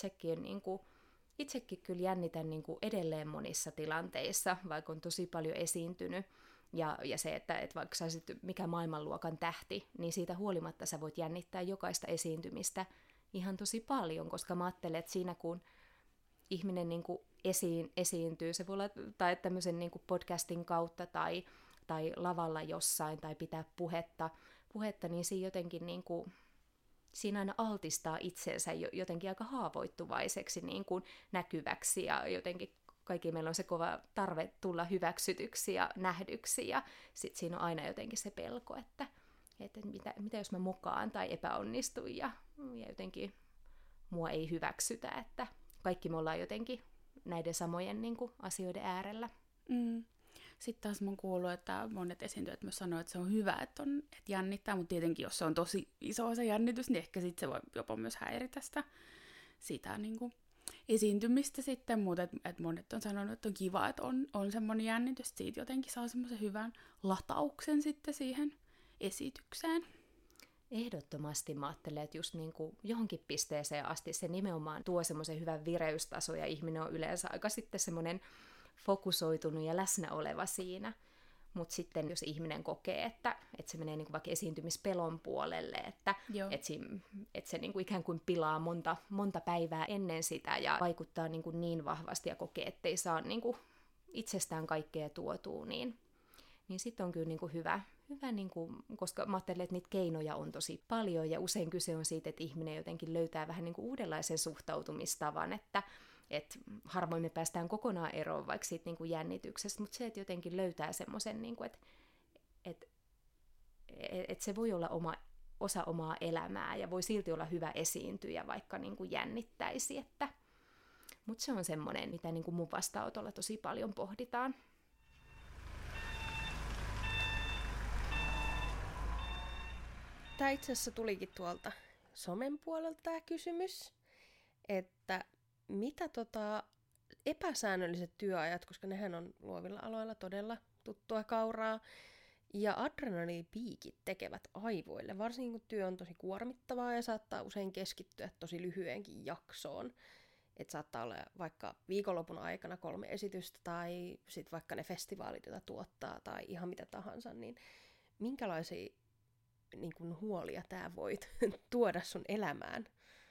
Itsekin kyllä jännitän niin kuin edelleen monissa tilanteissa, vaikka on tosi paljon esiintynyt. Ja se, että vaikka sä olisit mikä maailmanluokan tähti, niin siitä huolimatta sä voit jännittää jokaista esiintymistä ihan tosi paljon, koska mä ajattelen, että siinä kun ihminen niin kuin esiintyy, se voi olla tai tämmöisen niin kuin podcastin kautta tai lavalla jossain tai pitää puhetta niin siinä jotenkin niin kuin, siinä aina altistaa itsensä jotenkin aika haavoittuvaiseksi niin kuin näkyväksi ja jotenkin kaikki meillä on se kova tarve tulla hyväksytyksi ja nähdyksi ja sitten siinä on aina jotenkin se pelko, että mitä jos mä mokaan tai epäonnistun ja jotenkin mua ei hyväksytä, että kaikki me ollaan jotenkin näiden samojen niin kuin, asioiden äärellä. Sitten taas mä oon kuullut, että monet esiintyjät myös sanoo, että se on hyvä, että jännittää, mutta tietenkin jos se on tosi iso se jännitys, niin ehkä sit se voi jopa myös häiritä sitä niin kuin esiintymistä sitten, mutta et monet on sanonut, että on kiva, että on semmoinen jännitys, että siitä jotenkin saa semmoisen hyvän latauksen sitten siihen esitykseen. Ehdottomasti mä ajattelen, että just niin kuin johonkin pisteeseen asti se nimenomaan tuo semmoisen hyvän vireystason ja ihminen on yleensä aika sitten semmoinen fokusoitunut ja läsnä oleva siinä. Mutta sitten jos ihminen kokee, että se menee niinku vaikka esiintymispelon puolelle, että se niinku ikään kuin pilaa monta päivää ennen sitä ja vaikuttaa niinku niin vahvasti ja kokee, ettei saa niinku itsestään kaikkea tuotua, niin sitten on kyllä niinku hyvä niinku, koska mä ajattelen, että niitä keinoja on tosi paljon ja usein kyse on siitä, että ihminen jotenkin löytää vähän niinku uudenlaisen suhtautumistavan, että harvoin me päästään kokonaan eroon vaikka siitä niin kuin jännityksestä, mutta se, että jotenkin löytää semmoisen, niin että se voi olla osa omaa elämää ja voi silti olla hyvä esiintyjä, vaikka niin kuin jännittäisi. Mutta se on semmoinen, mitä niin kuin mun vastaanotolla tosi paljon pohditaan. Tämä itse asiassa tulikin tuolta somen puolelta tämä kysymys, että mitä epäsäännölliset työajat, koska nehän on luovilla aloilla todella tuttua kauraa, ja adrenaliinipiikit tekevät aivoille, varsinkin kun työ on tosi kuormittavaa ja saattaa usein keskittyä tosi lyhyeenkin jaksoon. Että saattaa olla vaikka viikonlopun aikana 3 esitystä tai sitten vaikka ne festivaalit, joita tuottaa tai ihan mitä tahansa, niin minkälaisia niin kun huolia tämä voit tuoda sun elämään?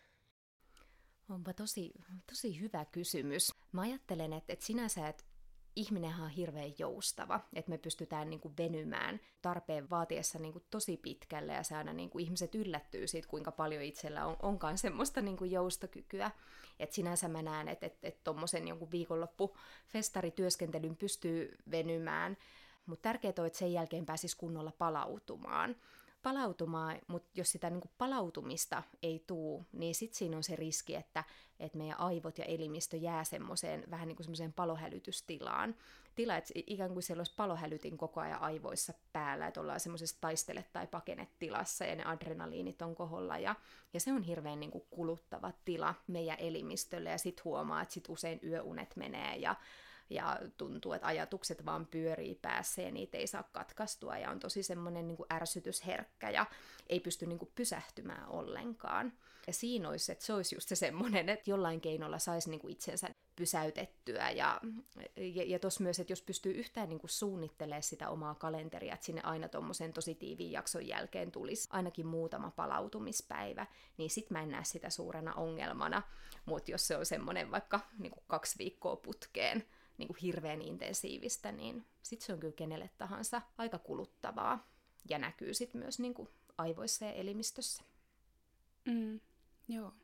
Onpa tosi hyvä kysymys. Mä ajattelen, että sinänsä, että ihminenhän on hirveän joustava, että me pystytään niin kuin venymään tarpeen vaatiessa niin kuin tosi pitkälle ja se aina niin kuin ihmiset yllättyy siitä, kuinka paljon itsellä onkaan semmoista niin kuin joustokykyä. Että sinänsä mä näen, että tommosen jonkun viikonloppufestarityöskentelyn pystyy venymään, mutta tärkeää on, että sen jälkeen pääsisi kunnolla palautumaan, mutta jos sitä niin kuin palautumista ei tule, niin sitten siinä on se riski, että meidän aivot ja elimistö jää semmoiseen vähän niin kuin semmoiseen palohälytystilaan. Että ikään kuin siellä olisi palohälytin koko ajan aivoissa päällä, että ollaan semmoisessa taistele- tai pakenetilassa ja ne adrenaliinit on koholla. Ja se on hirveän niin kuin kuluttava tila meidän elimistölle ja sitten huomaa, että sit usein yöunet menee ja tuntuu, että ajatukset vaan pyörii päässä ja niitä ei saa katkaistua ja on tosi semmoinen niin kuin ärsytysherkkä ja ei pysty niin kuin pysähtymään ollenkaan. Ja siinä olisi, että se olisi just se semmoinen, että jollain keinolla saisi niin kuin itsensä pysäytettyä ja tuossa myös, että jos pystyy yhtään niin kuin suunnittelemaan sitä omaa kalenteria, että sinne aina tuommoisen tosi tiiviin jakson jälkeen tulisi ainakin muutama palautumispäivä, niin sit mä en näe sitä suurena ongelmana, mutta jos se on semmoinen vaikka niin kuin 2 viikkoa putkeen, niin kuin hirveän intensiivistä, niin sitten se on kyllä kenelle tahansa aika kuluttavaa ja näkyy sitten myös niin kuin aivoissa ja elimistössä. Joo.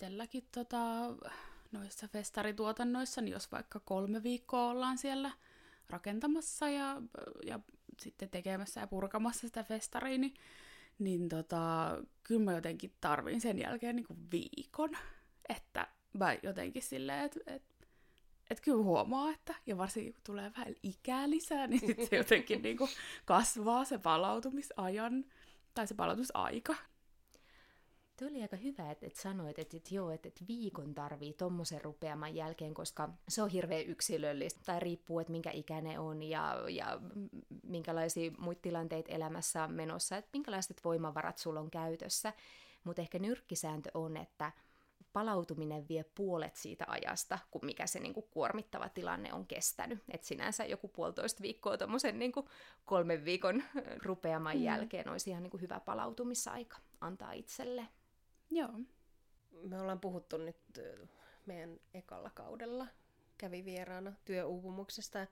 Itselläkin noissa festarituotannoissa, niin jos vaikka 3 viikkoa ollaan siellä rakentamassa ja sitten tekemässä ja purkamassa sitä festaria, niin kyllä mä jotenkin tarvin sen jälkeen niin kuin viikon, että mä jotenkin silleen, että kyllä huomaa, että ja varsinkin kun tulee vähän ikää lisää, niin sitten se jotenkin niin kuin kasvaa se palautumisajan tai se palautusaika. Tuo oli aika hyvä, että sanoit, että viikon tarvii tommosen rupeaman jälkeen, koska se on hirveän yksilöllistä. Tai riippuu, että minkä ikäinen on ja minkälaisia muita tilanteita elämässä on menossa, että minkälaiset voimavarat sulla on käytössä. Mutta ehkä nyrkkisääntö on, että palautuminen vie puolet siitä ajasta, kuin mikä se niinku kuormittava tilanne on kestänyt. Et sinänsä joku 1,5 viikkoa tommosen niinku 3 viikon rupeaman jälkeen olisi ihan niinku hyvä palautumisaika antaa itselle. Joo. Me ollaan puhuttu nyt meidän ekalla kaudella, kävi vieraana työuupumuksesta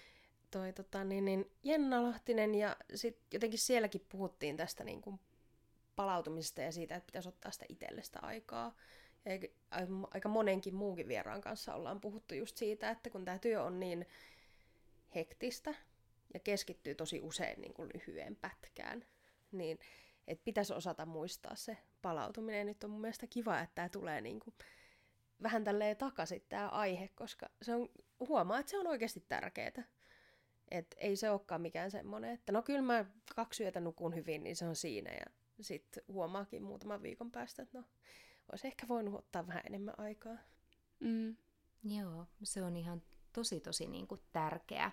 Jenna Lahtinen, ja sitten jotenkin sielläkin puhuttiin tästä niin kuin palautumisesta ja siitä, että pitäisi ottaa sitä itsellistä aikaa. Ja aika monenkin muunkin vieraan kanssa ollaan puhuttu just siitä, että kun tämä työ on niin hektistä ja keskittyy tosi usein niin kuin lyhyen pätkään, niin että pitäisi osata muistaa se palautuminen. Nyt on mun mielestä kiva, että tämä tulee niin kuin vähän tälleen takaisin tämä aihe, koska se on, huomaa, että se on oikeasti tärkeää. Että ei se olekaan mikään semmoinen, että no kyllä mä 2 yötä nukun hyvin, niin se on siinä. Ja sitten huomaakin muutaman viikon päästä, että no olisi ehkä voinut ottaa vähän enemmän aikaa. Joo, se on ihan tosi niin kuin tärkeä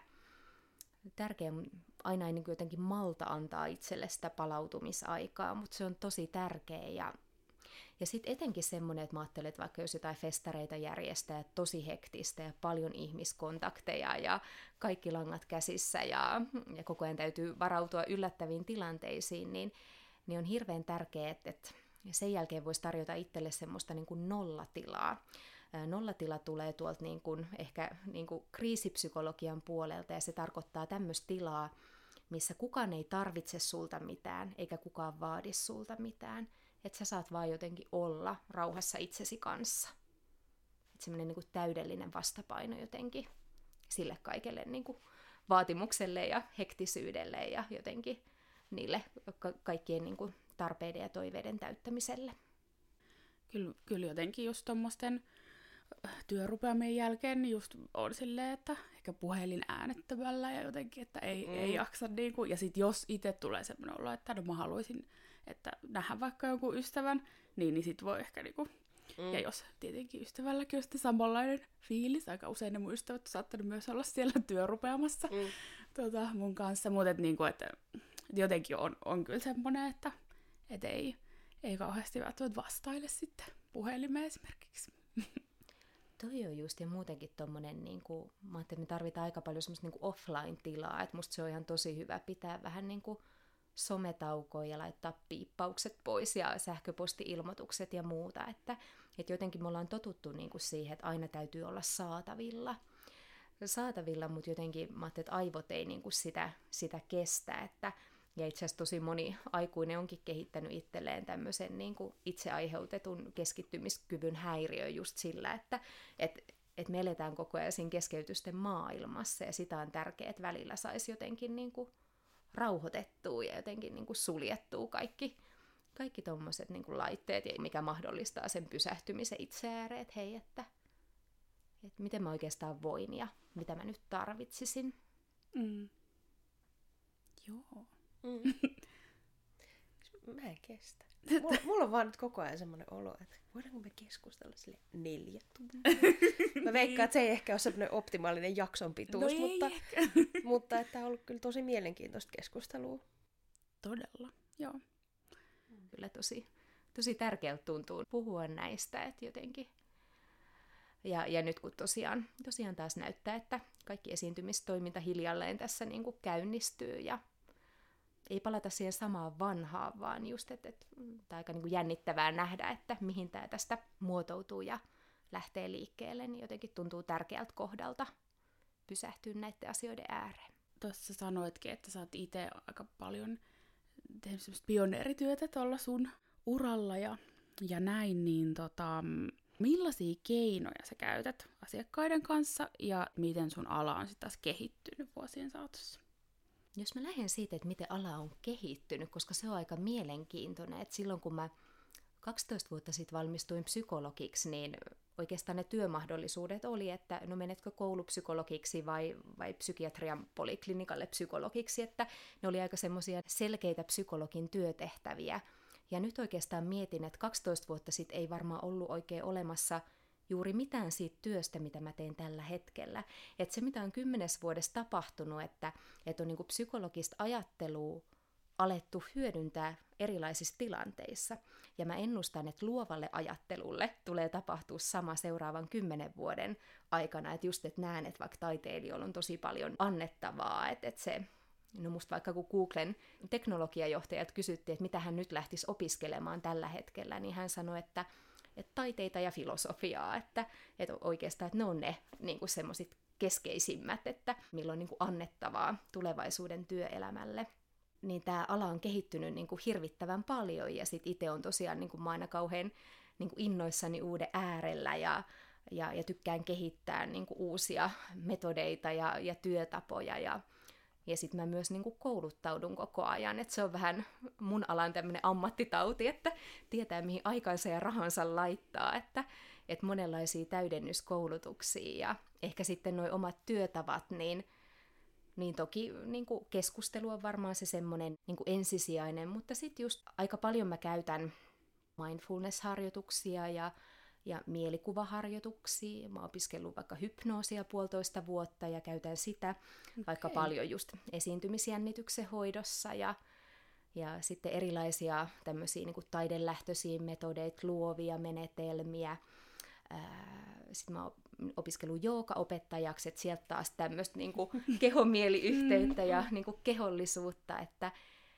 aina niin kuin jotenkin malta antaa itselle sitä palautumisaikaa, mutta se on tosi tärkeä. Ja sitten etenkin semmoinen, että mä ajattelen, että vaikka jos jotain festareita järjestää tosi hektistä ja paljon ihmiskontakteja ja kaikki langat käsissä ja koko ajan täytyy varautua yllättäviin tilanteisiin, niin on hirveän tärkeää, että sen jälkeen voisi tarjota itselle semmoista niin kuin nollatilaa. Nollatila tulee tuolta niin kuin, ehkä niin kuin kriisipsykologian puolelta, ja se tarkoittaa tämmöistä tilaa, missä kukaan ei tarvitse sulta mitään, eikä kukaan vaadi sulta mitään. Että sä saat vaan jotenkin olla rauhassa itsesi kanssa. Että semmoinen niin kuin täydellinen vastapaino jotenkin sille kaikelle niin kuin vaatimukselle ja hektisyydelle ja jotenkin niille kaikkien niin kuin tarpeiden ja toiveiden täyttämiselle. Kyllä jotenkin just tommosten työrupeamien jälkeen niin just on silleen, että ehkä puhelin äänettömällä ja jotenkin, että ei jaksa niinku. Ja sit jos itse tulee semmoinen olo, että no mä haluaisin, että nähdään vaikka jonkun ystävän, niin sit voi ehkä niinku. Ja jos tietenkin ystävälläkin on sitten samanlainen fiilis, aika usein ne mun ystävät on saattanut myös olla siellä työrupeamassa mun kanssa, mutta niinku, että jotenkin on kyllä semmoinen, että ei kauheasti välttämättä vastaile sitten puhelimeen esimerkiksi. Toi on just, ja muutenkin tommonen, niinku, mä ajattelin, että me tarvitaan aika paljon semmoista niinku offline-tilaa, että musta se on ihan tosi hyvä pitää vähän niinku sometaukoja ja laittaa piippaukset pois ja sähköposti-ilmoitukset ja muuta, että jotenkin me ollaan totuttu niinku siihen, että aina täytyy olla saatavilla, mutta jotenkin mä ajattelin, että aivot ei niinku sitä kestä, että ja itse asiassa tosi moni aikuinen onkin kehittänyt itselleen tämmöisen niin kuin itse aiheutetun keskittymiskyvyn häiriö just sillä, että me eletään koko ajan siinä keskeytysten maailmassa ja sitä on tärkeää, että välillä saisi jotenkin niin kuin rauhoitettua ja jotenkin niin kuin suljettua kaikki tommoset niin kuin laitteet, mikä mahdollistaa sen pysähtymisen itse ääreen, että hei, että miten mä oikeastaan voin ja mitä mä nyt tarvitsisin. Joo. Mä en kestä. Mulla on vaan nyt koko ajan semmoinen olo, että voidaanko me keskustella sille 4 tuntia? Mä veikkaan, että se ei ehkä ole semmoinen optimaalinen jakson pituus, mutta että on ollut kyllä tosi mielenkiintoista keskustelua. Todella, joo. Kyllä tosi tärkeältä tuntuu puhua näistä, että jotenkin. Ja nyt kun tosiaan taas näyttää, että kaikki esiintymistoiminta hiljalleen tässä niin kuin käynnistyy ja ei palata siihen samaan vanhaan, vaan just, että tämä on aika niin kuin jännittävää nähdä, että mihin tämä tästä muotoutuu ja lähtee liikkeelle, niin jotenkin tuntuu tärkeältä kohdalta pysähtyä näiden asioiden ääreen. Tuossa sanoitkin, että sä oot itse aika paljon tehnyt pioneerityötä tuolla sun uralla ja näin, niin Millaisia keinoja sä käytät asiakkaiden kanssa ja miten sun ala on sitten taas kehittynyt vuosien saatossa? Jos mä lähden siitä, että miten ala on kehittynyt, koska se on aika mielenkiintoinen, että silloin kun mä 12 vuotta sitten valmistuin psykologiksi, niin oikeastaan ne työmahdollisuudet oli, että no menetkö koulupsykologiksi vai psykiatrian poliklinikalle psykologiksi, että ne oli aika semmoisia selkeitä psykologin työtehtäviä. Ja nyt oikeastaan mietin, että 12 vuotta sitten ei varmaan ollut oikein olemassa juuri mitään siitä työstä, mitä mä teen tällä hetkellä. Että se, mitä on 10 vuodessa tapahtunut, että on niin kuin psykologista ajattelua alettu hyödyntää erilaisissa tilanteissa. Ja mä ennustan, että luovalle ajattelulle tulee tapahtua sama seuraavan 10 vuoden aikana. Että just, että näen, että vaikka taiteilijoilla on tosi paljon annettavaa, että se... No musta vaikka kun Googlen teknologiajohtajat kysyttiin, että mitä hän nyt lähtisi opiskelemaan tällä hetkellä, niin hän sanoi, että taiteita ja filosofiaa, että oikeastaan että ne on ne niin kuin semmoiset keskeisimmät, että milloin on niin kuin annettavaa tulevaisuuden työelämälle. Niin tämä ala on kehittynyt niin kuin hirvittävän paljon ja sit itse on tosiaan niin kuin mä aina kauhean niin kuin innoissani uuden äärellä ja tykkään kehittää niin kuin uusia metodeita ja työtapoja ja sitten mä myös niin kuin kouluttaudun koko ajan, että se on vähän mun alan tämmöinen ammattitauti, että tietää mihin aikansa ja rahansa laittaa, että monenlaisia täydennyskoulutuksia ja ehkä sitten nuo omat työtavat, niin toki niin kuin keskustelu on varmaan se semmoinen niin kuin ensisijainen, mutta sitten just aika paljon mä käytän mindfulness-harjoituksia ja mielikuvaharjoituksia. Mä oon opiskellut vaikka hypnoosia 1,5 vuotta ja käytän sitä vaikka paljon just esiintymisjännityksen hoidossa ja sitten erilaisia tämmöisiä niin kuin taidelähtöisiä metodeita, luovia menetelmiä. Sitten mä oon opiskellut joogaopettajaksi, että sieltä taas tämmöistä niin kuin kehomieliyhteyttä ja niin kuin kehollisuutta, että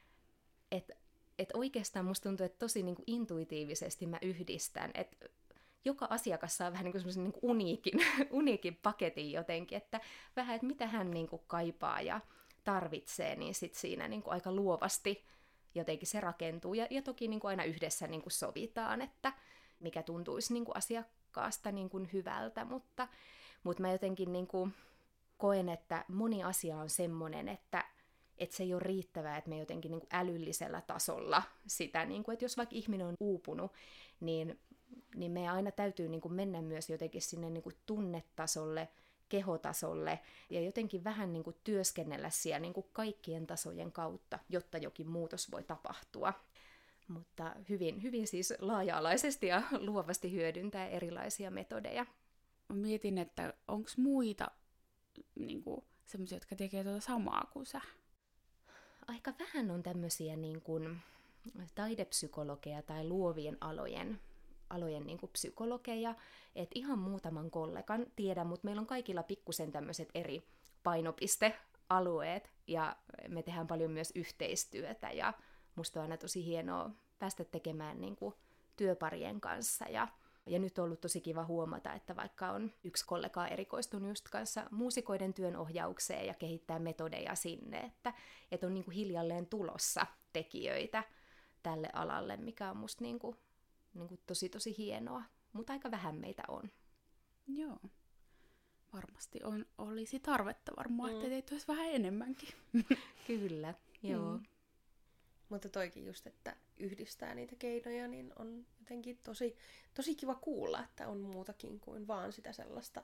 oikeastaan musta tuntuu, että tosi niin kuin intuitiivisesti mä yhdistän, että joka asiakas saa vähän niin kuin semmoisen niin kuin uniikin paketin jotenkin, että vähän, että mitä hän niin kuin kaipaa ja tarvitsee, niin sitten siinä niin kuin aika luovasti jotenkin se rakentuu. Ja toki niin kuin aina yhdessä niin kuin sovitaan, että mikä tuntuisi niin kuin asiakkaasta niin kuin hyvältä, mutta mä jotenkin niin kuin koen, että moni asia on semmoinen, että se ei ole riittävää, että me jotenkin niin kuin älyllisellä tasolla sitä, niin kuin, että jos vaikka ihminen on uupunut, niin meidän aina täytyy niin kuin mennä myös jotenkin sinne niin kuin tunnetasolle, kehotasolle ja jotenkin vähän niin kuin työskennellä siellä niin kuin kaikkien tasojen kautta, jotta jokin muutos voi tapahtua. Mutta hyvin siis laaja-alaisesti ja luovasti hyödyntää erilaisia metodeja. Mietin, että onko muita niin kuin semmoisia, jotka tekee tuota samaa kuin sä? Aika vähän on tämmöisiä niin kuin taidepsykologeja tai luovien alojen niin kuin psykologeja, että ihan muutaman kollegan tiedän, mutta meillä on kaikilla pikkusen tämmöiset eri painopistealueet ja me tehdään paljon myös yhteistyötä ja musta on aina tosi hienoa päästä tekemään niin kuin työparien kanssa ja nyt on ollut tosi kiva huomata, että vaikka on yksi kollega erikoistunut just kanssa muusikoiden työnohjaukseen ja kehittää metodeja sinne, että on niin kuin hiljalleen tulossa tekijöitä tälle alalle, mikä on musta niin kuin tosi hienoa, mutta aika vähän meitä on. Joo, varmasti olisi tarvetta varmaan, että teitä olisi vähän enemmänkin. Kyllä, joo. Mutta toikin just, että yhdistää niitä keinoja, niin on jotenkin tosi kiva kuulla, että on muutakin kuin vaan sitä sellaista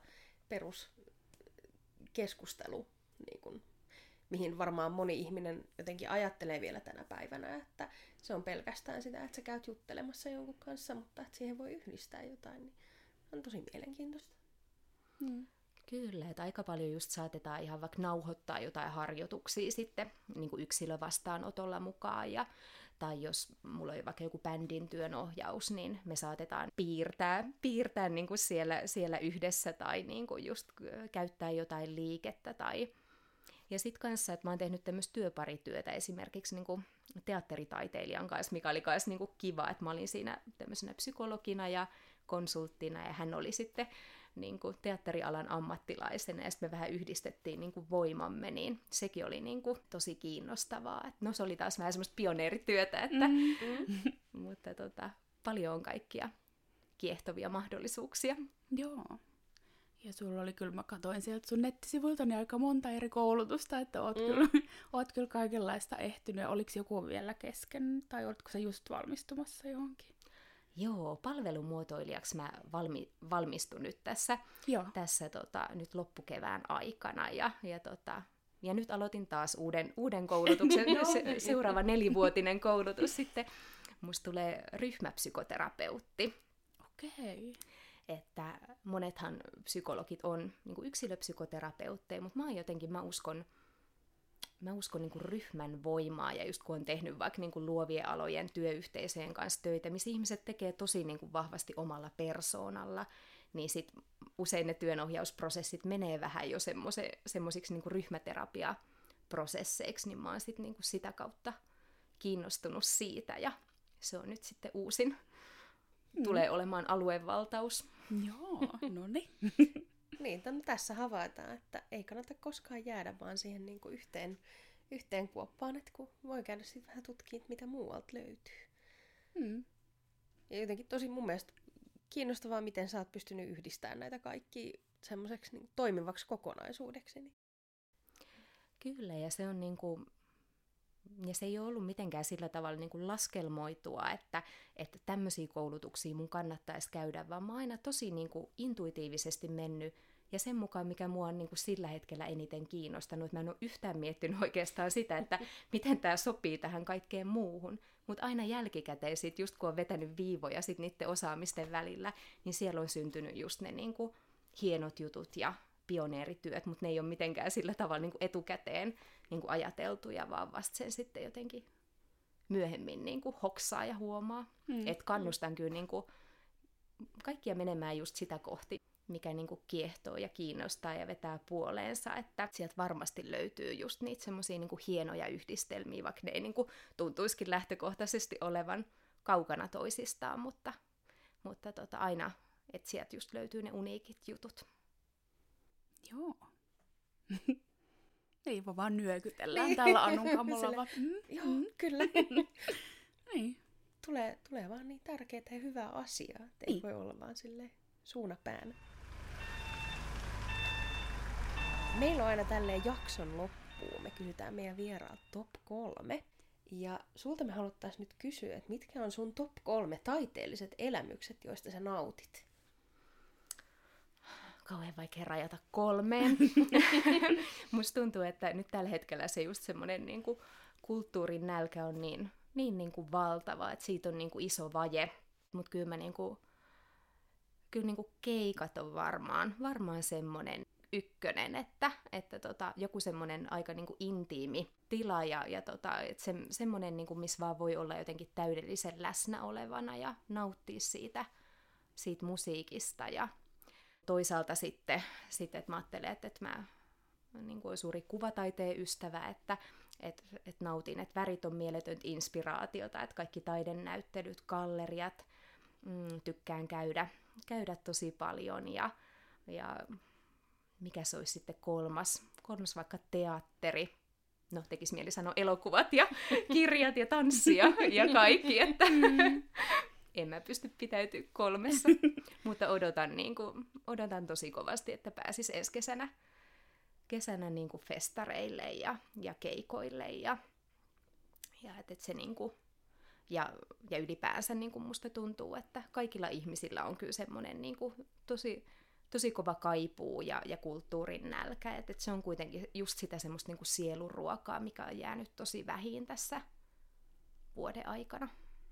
peruskeskustelua, niin kuin, mihin varmaan moni ihminen jotenkin ajattelee vielä tänä päivänä, että se on pelkästään sitä, että sä käyt juttelemassa jonkun kanssa, mutta että siihen voi yhdistää jotain, niin on tosi mielenkiintoista. Kyllä, että aika paljon just saatetaan ihan vaikka nauhoittaa jotain harjoituksia sitten niin kuin yksilövastaanotolla mukaan, tai jos mulla on vaikka joku bändin työnohjaus, niin me saatetaan piirtää niin kuin siellä yhdessä tai niin kuin just käyttää jotain liikettä. Ja sitten kanssa, että mä oon tehnyt tämmöistä työparityötä esimerkiksi niin kuin teatteritaiteilijan kanssa, mikä oli myös niin kuin kiva, että mä olin siinä tämmöisenä psykologina ja konsulttina ja hän oli sitten niin kuin teatterialan ammattilaisena ja sitten me vähän yhdistettiin niin kuin voimamme, niin sekin oli niin kuin tosi kiinnostavaa. Et no se oli taas vähän semmoista pioneerityötä, että, mutta paljon on kiehtovia mahdollisuuksia. Joo. Ja sulla oli kyllä, mä katsoin sieltä sun nettisivuilta, niin aika monta eri koulutusta, että oot kyllä kaikenlaista ehtinyt. Oliko joku vielä kesken, tai oletko sä just valmistumassa johonkin? Joo, palvelumuotoilijaksi mä valmistun nyt tässä nyt loppukevään aikana. Ja nyt aloitin taas uuden koulutuksen, seuraava 4-vuotinen koulutus sitten. Musta tulee ryhmäpsykoterapeutti. Okei. Että monethan psykologit on niin kuin yksilöpsykoterapeutteja, mutta mä uskon niin kuin ryhmän voimaa, ja just kun on tehnyt vaikka niin kuin luovien alojen työyhteisöjen kanssa töitä, missä ihmiset tekee tosi niin kuin vahvasti omalla persoonalla, niin sit usein ne työnohjausprosessit menee vähän jo semmoisiksi niin kuin ryhmäterapiaprosesseiksi, niin mä oon sit niin kuin sitä kautta kiinnostunut siitä, ja se on nyt sitten uusin. Tulee olemaan aluevaltaus. Joo, no niin. Niin, tässä havaitaan, että ei kannata koskaan jäädä vaan siihen niin kuin yhteen kuoppaan, että kun voi käydä sitten vähän tutkimaan, mitä muualta löytyy. Ja jotenkin tosi mun mielestä kiinnostavaa, miten sä oot pystynyt yhdistämään näitä kaikkia semmoiseksi niin toimivaksi kokonaisuudeksi. Kyllä, ja se on niin kuin... Ja se ei ole ollut mitenkään sillä tavalla niin kuin laskelmoitua, että tämmöisiä koulutuksia mun kannattaisi käydä, vaan mä oon aina tosi niin kuin intuitiivisesti mennyt, ja sen mukaan, mikä mua on niin kuin sillä hetkellä eniten kiinnostanut. Mä en ole yhtään miettinyt oikeastaan sitä, että miten tämä sopii tähän kaikkeen muuhun. Mutta aina jälkikäteen, sit just kun on vetänyt viivoja sit niiden osaamisten välillä, niin siellä on syntynyt just ne niin kuin hienot jutut ja pioneerityöt, mutta ne ei ole mitenkään sillä tavalla niin kuin etukäteen niin kuin ajateltuja, vaan vasta sen sitten jotenkin myöhemmin niin kuin hoksaa ja huomaa. Että kannustan kyllä niin kuin kaikkia menemään just sitä kohti, mikä niin kuin kiehtoo ja kiinnostaa ja vetää puoleensa, että sieltä varmasti löytyy just niitä semmoisia niin kuin hienoja yhdistelmiä, vaikka ne ei niin kuin tuntuisikin lähtökohtaisesti olevan kaukana toisistaan, mutta aina, että sieltä just löytyy ne uniikit jutut. Joo. Ei vaan nyökytellään täällä Annun kammalla. Joo, kyllä. Niin. Tulee vaan niin tärkeää ja hyvää asiaa, että ei voi olla vaan silleen suunapäänä. Meillä on aina tälleen jakson loppuun. Me kysytään meidän vieraalta top 3. Ja sulta me haluttaisiin nyt kysyä, että mitkä on sun top 3 taiteelliset elämykset, joista sä nautit? Kauhean vaikea rajata 3. Musta tuntuu, että nyt tällä hetkellä se just semmoinen niin kuin kulttuurin nälkä on niin kuin valtava, että siitä on niin kuin iso vaje. Mutta kyllä mä niin kuin keikat on varmaan semmoinen ykkönen, että joku semmoinen aika niin kuin intiimi tila ja semmoinen, niin kuin, missä vaan voi olla jotenkin täydellisen läsnä olevana ja nauttia siitä musiikista. Ja toisaalta sitten että mä ajattelen, että mä niin kuin olen suuri kuvataiteen ystävä, että nautin, että värit on mieletöntä inspiraatiota, että kaikki taidenäyttelyt, galleriat, tykkään käydä tosi paljon ja mikä se olisi sitten kolmas vaikka teatteri, no tekisi mieli sanoa elokuvat ja kirjat ja tanssia ja kaikki, että en mä pysty pitäytyä 3, mutta odotan tosi kovasti, että pääsis ensi kesänä niin kuin festareille ja keikoille ja että se niin kuin, ja ylipäänsä niin kuin musta tuntuu, että kaikilla ihmisillä on kyllä semmoinen niin kuin tosi kova kaipuu ja kulttuurin nälkä, että se on kuitenkin just sitä semmoista niin kuin sieluruokaa, mikä on jäänyt tosi vähiin tässä vuoden aikana.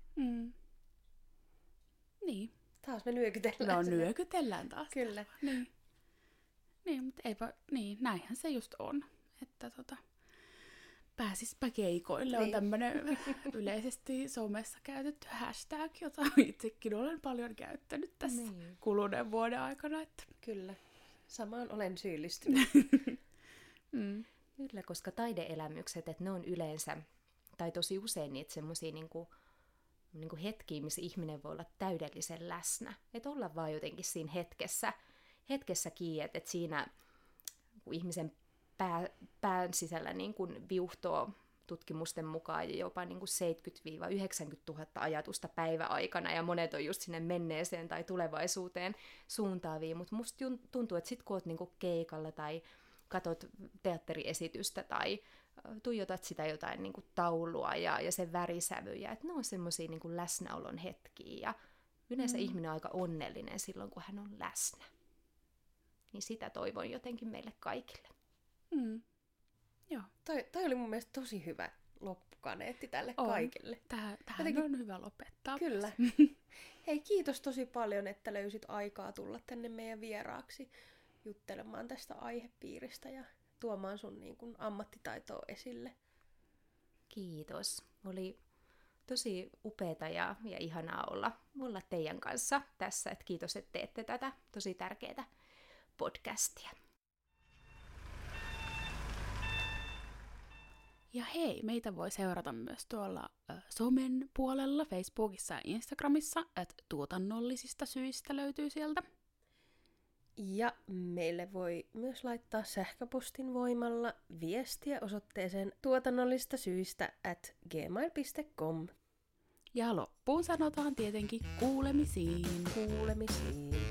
Niin. Taas me nyökytellään. No nyökytellään taas. Kyllä. Niin, mutta näinhän se just on, että pääsispä keikoille on tämmöinen yleisesti somessa käytetty hashtag, jota itsekin olen paljon käyttänyt tässä kuluneen vuoden aikana. Että. Kyllä, samaan olen syyllistynyt. Kyllä, koska taideelämykset, että ne on yleensä, tai tosi usein niitä semmoisia niinku hetkiä, missä ihminen voi olla täydellisen läsnä. Että olla vaan jotenkin siinä hetkessä kiinni, että siinä kun ihmisen pään sisällä niin kuin viuhtoo tutkimusten mukaan jopa niin kuin 70-90 000 ajatusta päiväaikana, ja monet on just sinne menneeseen tai tulevaisuuteen suuntaavia, mutta musta tuntuu, että sit kun oot niin kuin keikalla tai katot teatteriesitystä tai tuijotat sitä jotain niin kuin taulua ja sen värisävyjä, että ne on semmosia niin kuin läsnäolon hetkiä, ja yleensä ihminen on aika onnellinen silloin, kun hän on läsnä. Niin sitä toivon jotenkin meille kaikille. Joo. Toi oli mun mielestä tosi hyvä loppukaneetti tälle kaikille. Tähän on hyvä lopettaa. Kyllä. Hei, kiitos tosi paljon, että löysit aikaa tulla tänne meidän vieraaksi juttelemaan tästä aihepiiristä ja tuomaan sun niin kuin ammattitaitoa esille. Kiitos. Oli tosi upeata ja ihanaa olla teidän kanssa tässä. Et kiitos, että teette tätä tosi tärkeää podcastia. Ja hei, meitä voi seurata myös tuolla somen puolella, Facebookissa ja Instagramissa, että tuotannollisista syistä löytyy sieltä. Ja meille voi myös laittaa sähköpostin voimalla viestiä osoitteeseen tuotannollistasyistä@gmail.com. Ja loppuun sanotaan tietenkin kuulemisiin. Kuulemisiin.